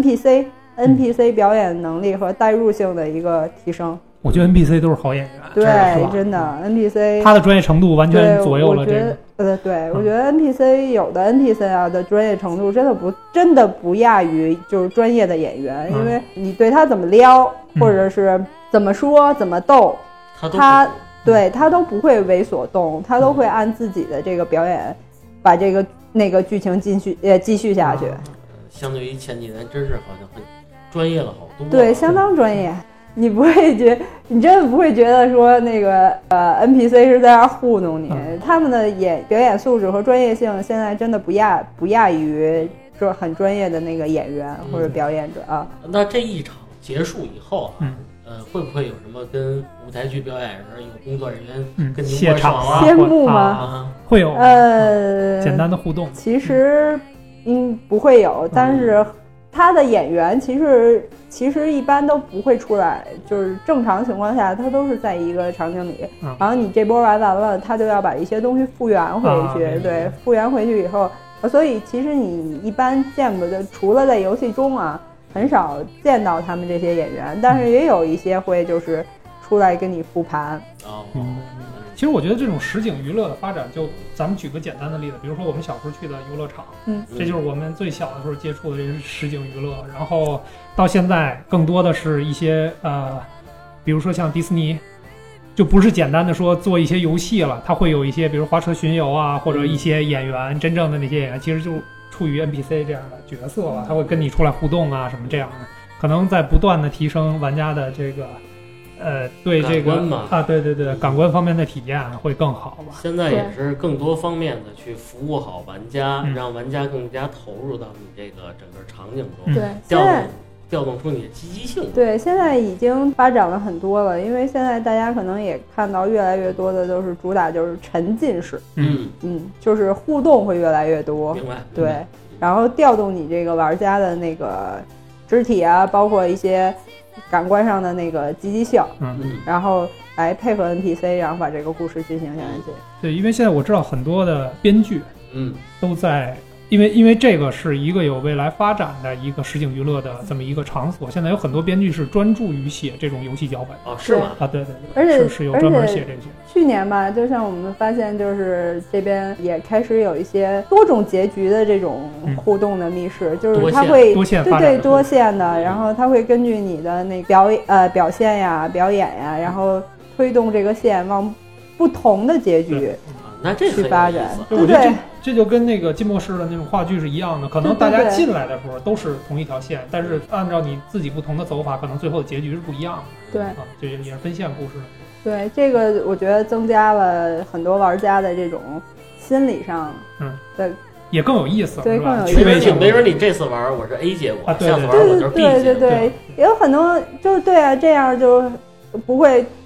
Speaker 3: NPC 表演能力和代入性的一个提升。
Speaker 2: 我觉得 NPC 都是好演员，
Speaker 3: 对，真的 NPC
Speaker 2: 他的专业程度完全左右了这个。
Speaker 3: 对，我觉得 NPC 有的 NPC 啊的专业程度真的不亚于就是专业的演员，因为你对他怎么撩，或者是怎么说怎么逗，他都不会猥琐动，他都会按自己的这个表演把这个那个剧情继续下去。
Speaker 1: 相对于前几年真是好像很专业了好多。
Speaker 3: 对，相当专业。你真的不会觉得说那个NPC 是在那糊弄你，他们的表演素质和专业性现在真的不亚于说很专业的那个演员或者表演者啊。
Speaker 1: 那这一场结束以后会不会有什么跟舞台剧表演时有工作人员跟你
Speaker 2: 谢场啊、
Speaker 3: 谢幕吗？
Speaker 2: 会有简单的互动。
Speaker 3: 其实不会有，但是他的演员其实一般都不会出来，就是正常情况下他都是在一个场景里，然后你这波玩完了，他就要把一些东西复原回去，对，复原回去以后，所以其实你一般见不得，除了在游戏中啊，很少见到他们这些演员，但是也有一些会就是出来跟你复盘。
Speaker 2: 其实我觉得这种实景娱乐的发展，就咱们举个简单的例子，比如说我们小时候去的游乐场，这就是我们最小的时候接触的这个实景娱乐。然后到现在更多的是一些比如说像迪士尼，就不是简单的说做一些游戏了，它会有一些比如花车巡游啊，或者一些演员，真正的那些演员其实就处于 NPC 这样的角色了，他会跟你出来互动啊什么这样的，可能在不断的提升玩家的这个对这个对感官方面的体验会更好吧。
Speaker 1: 现在也是更多方面的去服务好玩家，让玩家更加投入到你这个整个场景中，调动出你的积极性。
Speaker 3: 对，现在已经发展了很多了，因为现在大家可能也看到越来越多的都是主打就是沉浸式，就是互动会越来越多，
Speaker 1: 明白？
Speaker 3: 对，然后调动你这个玩家的那个肢体啊，包括一些感官上的那个积极性，然后来配合 NPC， 然后把这个故事进行下去。
Speaker 2: 对，因为现在我知道很多的编剧，都在，因为这个是一个有未来发展的一个实景娱乐的这么一个场所。现在有很多编剧是专注于写这种游戏脚本。
Speaker 1: 是吗？
Speaker 2: 对，
Speaker 3: 而且
Speaker 2: 是有专门写这些。
Speaker 3: 去年吧，就像我们发现，就是这边也开始有一些多种结局的这种互动的密室，就是它会
Speaker 2: 多线
Speaker 3: 多线的，然后它会根据你的那表现呀、表演呀，然后推动这个线往不同的结局去发展。对，
Speaker 2: 这就跟那个浸没式的那种话剧是一样的，可能大家进来的时候都是同一条线，但是按照你自己不同的走法，可能最后的结局是不一样的。
Speaker 3: 对，
Speaker 2: 就也是分线故事。
Speaker 3: 对，这个我觉得增加了很多玩家的这种心理上的
Speaker 2: 也更有意思，
Speaker 3: 对，更有意思。
Speaker 2: 趣味性，
Speaker 1: 没准你这次玩我是 A 结果，下次玩我就是 B 结果。
Speaker 3: 对，有很多就是对啊，这样就不会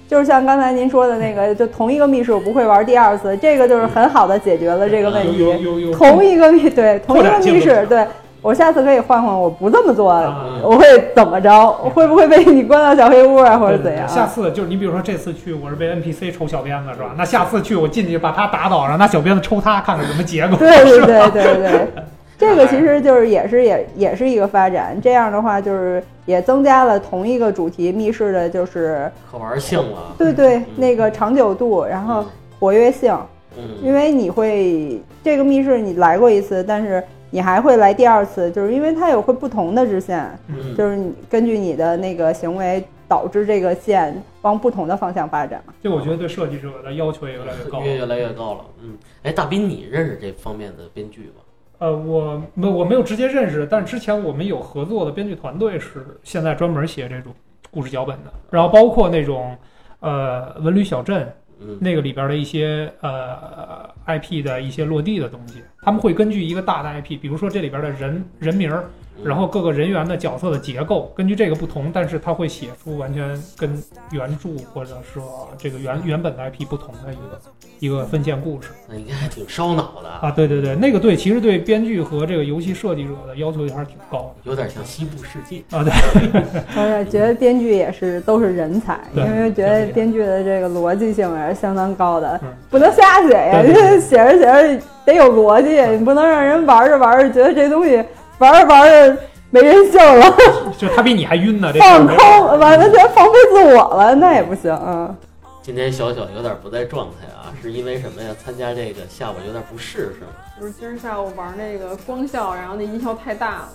Speaker 3: 就是像刚才您说的那个，就同一个密室我不会玩第二次，这个就是很好的解决了这个问题。同一个密室，对。我下次可以换换，我不这么做，我会怎么着？会不会被你关到小黑屋啊，或者怎样？
Speaker 2: 下次就是你比如说这次去我是被 NPC 抽小鞭子是吧？那下次去我进去把他打倒，然后拿小鞭子抽他，看看什么结果。
Speaker 3: 对，这个其实就是也是一个发展。这样的话就是也增加了同一个主题密室的就是
Speaker 1: 可玩性了。
Speaker 3: 对，那个长久度，然后活跃性。因为你会这个密室你来过一次，但是你还会来第二次，就是因为它有会不同的支线，就是你根据你的那个行为导致这个线往不同的方向发展嘛。
Speaker 2: 就我觉得对设计者的要求也越来越高，
Speaker 1: 越来越高了。大斌，你认识这方面的编剧吗？
Speaker 2: 我没有直接认识，但是之前我们有合作的编剧团队是现在专门写这种故事脚本的，然后包括那种文旅小镇。那个里边的一些IP 的一些落地的东西，他们会根据一个大的 IP， 比如说这里边的人名，然后各个人员的角色的结构，根据这个不同，但是他会写出完全跟原著或者说这个原本的 IP 不同的一个分线故事。
Speaker 1: 那应该还挺烧脑的
Speaker 2: 啊！对，那个其实对编剧和这个游戏设计者的要求还是挺高的，
Speaker 1: 有点像西部世界
Speaker 2: 啊。对，
Speaker 3: 我也觉得编剧都是人才，因为觉得编剧的这个逻辑性也是相当高的，不能瞎写呀，写着得有逻辑，你不能让人玩着觉得这东西玩着没人性了，
Speaker 2: 就他比你还晕呢，这
Speaker 3: 放空完全放飞自我了，那也不行。
Speaker 1: 今天小有点不在状态啊，是因为什么呀？参加这个下午有点不适是吗？
Speaker 4: 就是今儿下午玩那个光效，然后那音效太大了。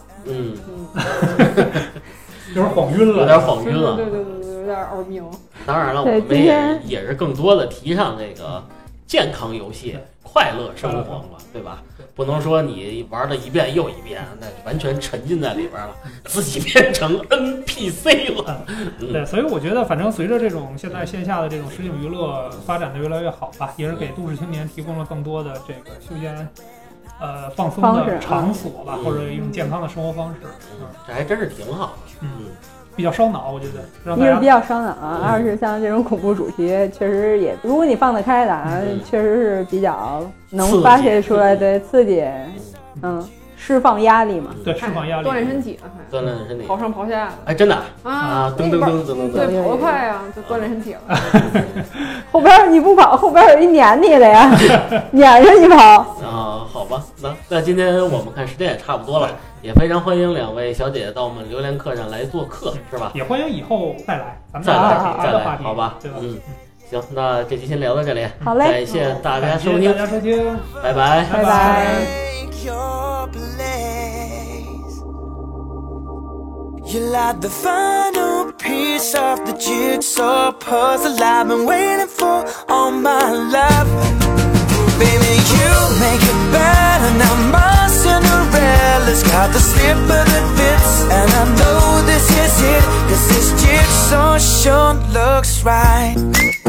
Speaker 2: 有点晃晕了，
Speaker 4: 对，有点耳鸣。
Speaker 1: 当然了，我们也是更多的提倡这个健康游戏、快乐生活嘛，对吧？不能说你玩了一遍又一遍，那完全沉浸在里边了，自己变成 NPC 了。
Speaker 2: 对，所以我觉得，反正随着这种现在线下的这种实景娱乐发展的越来越好吧，也是给都市青年提供了更多的这个休闲放松的场所吧，或者一种健康的生活方式。
Speaker 1: 这还真是挺好的。
Speaker 2: 比较烧脑，我觉得。
Speaker 3: 一是比较烧脑，二是像这种恐怖主题，确实也，如果你放得开的，确实是比较能发泄出来，对，刺激，释放压力嘛。
Speaker 2: 对，释放压力，
Speaker 4: 锻炼身体了，
Speaker 1: 锻炼身体，
Speaker 4: 跑上跑下。
Speaker 1: 哎，真的
Speaker 4: 啊，
Speaker 1: 噔，
Speaker 4: 对，跑得快啊，就锻炼身体了。
Speaker 3: 后边你不跑，后边有一撵你的呀，撵着你跑。
Speaker 1: 好吧，那今天我们看时间也差不多了。也非常欢迎两位小姐姐到我们榴莲客上来做客，是吧？
Speaker 2: 也欢迎以后再来，咱们
Speaker 1: 再
Speaker 2: 来，
Speaker 1: 好吧？
Speaker 2: 对吧？
Speaker 1: 行，那这期先聊到这里，
Speaker 3: 好嘞，
Speaker 1: 感谢大家收听，拜拜，
Speaker 3: 拜拜。
Speaker 5: You're like the final piece of the jigsaw puzzle I've been waiting for all my life. Baby, you make it better now. My Cinderella's got the slipper that fits, and I know this is it, 'cause this jigsaw sure looks right.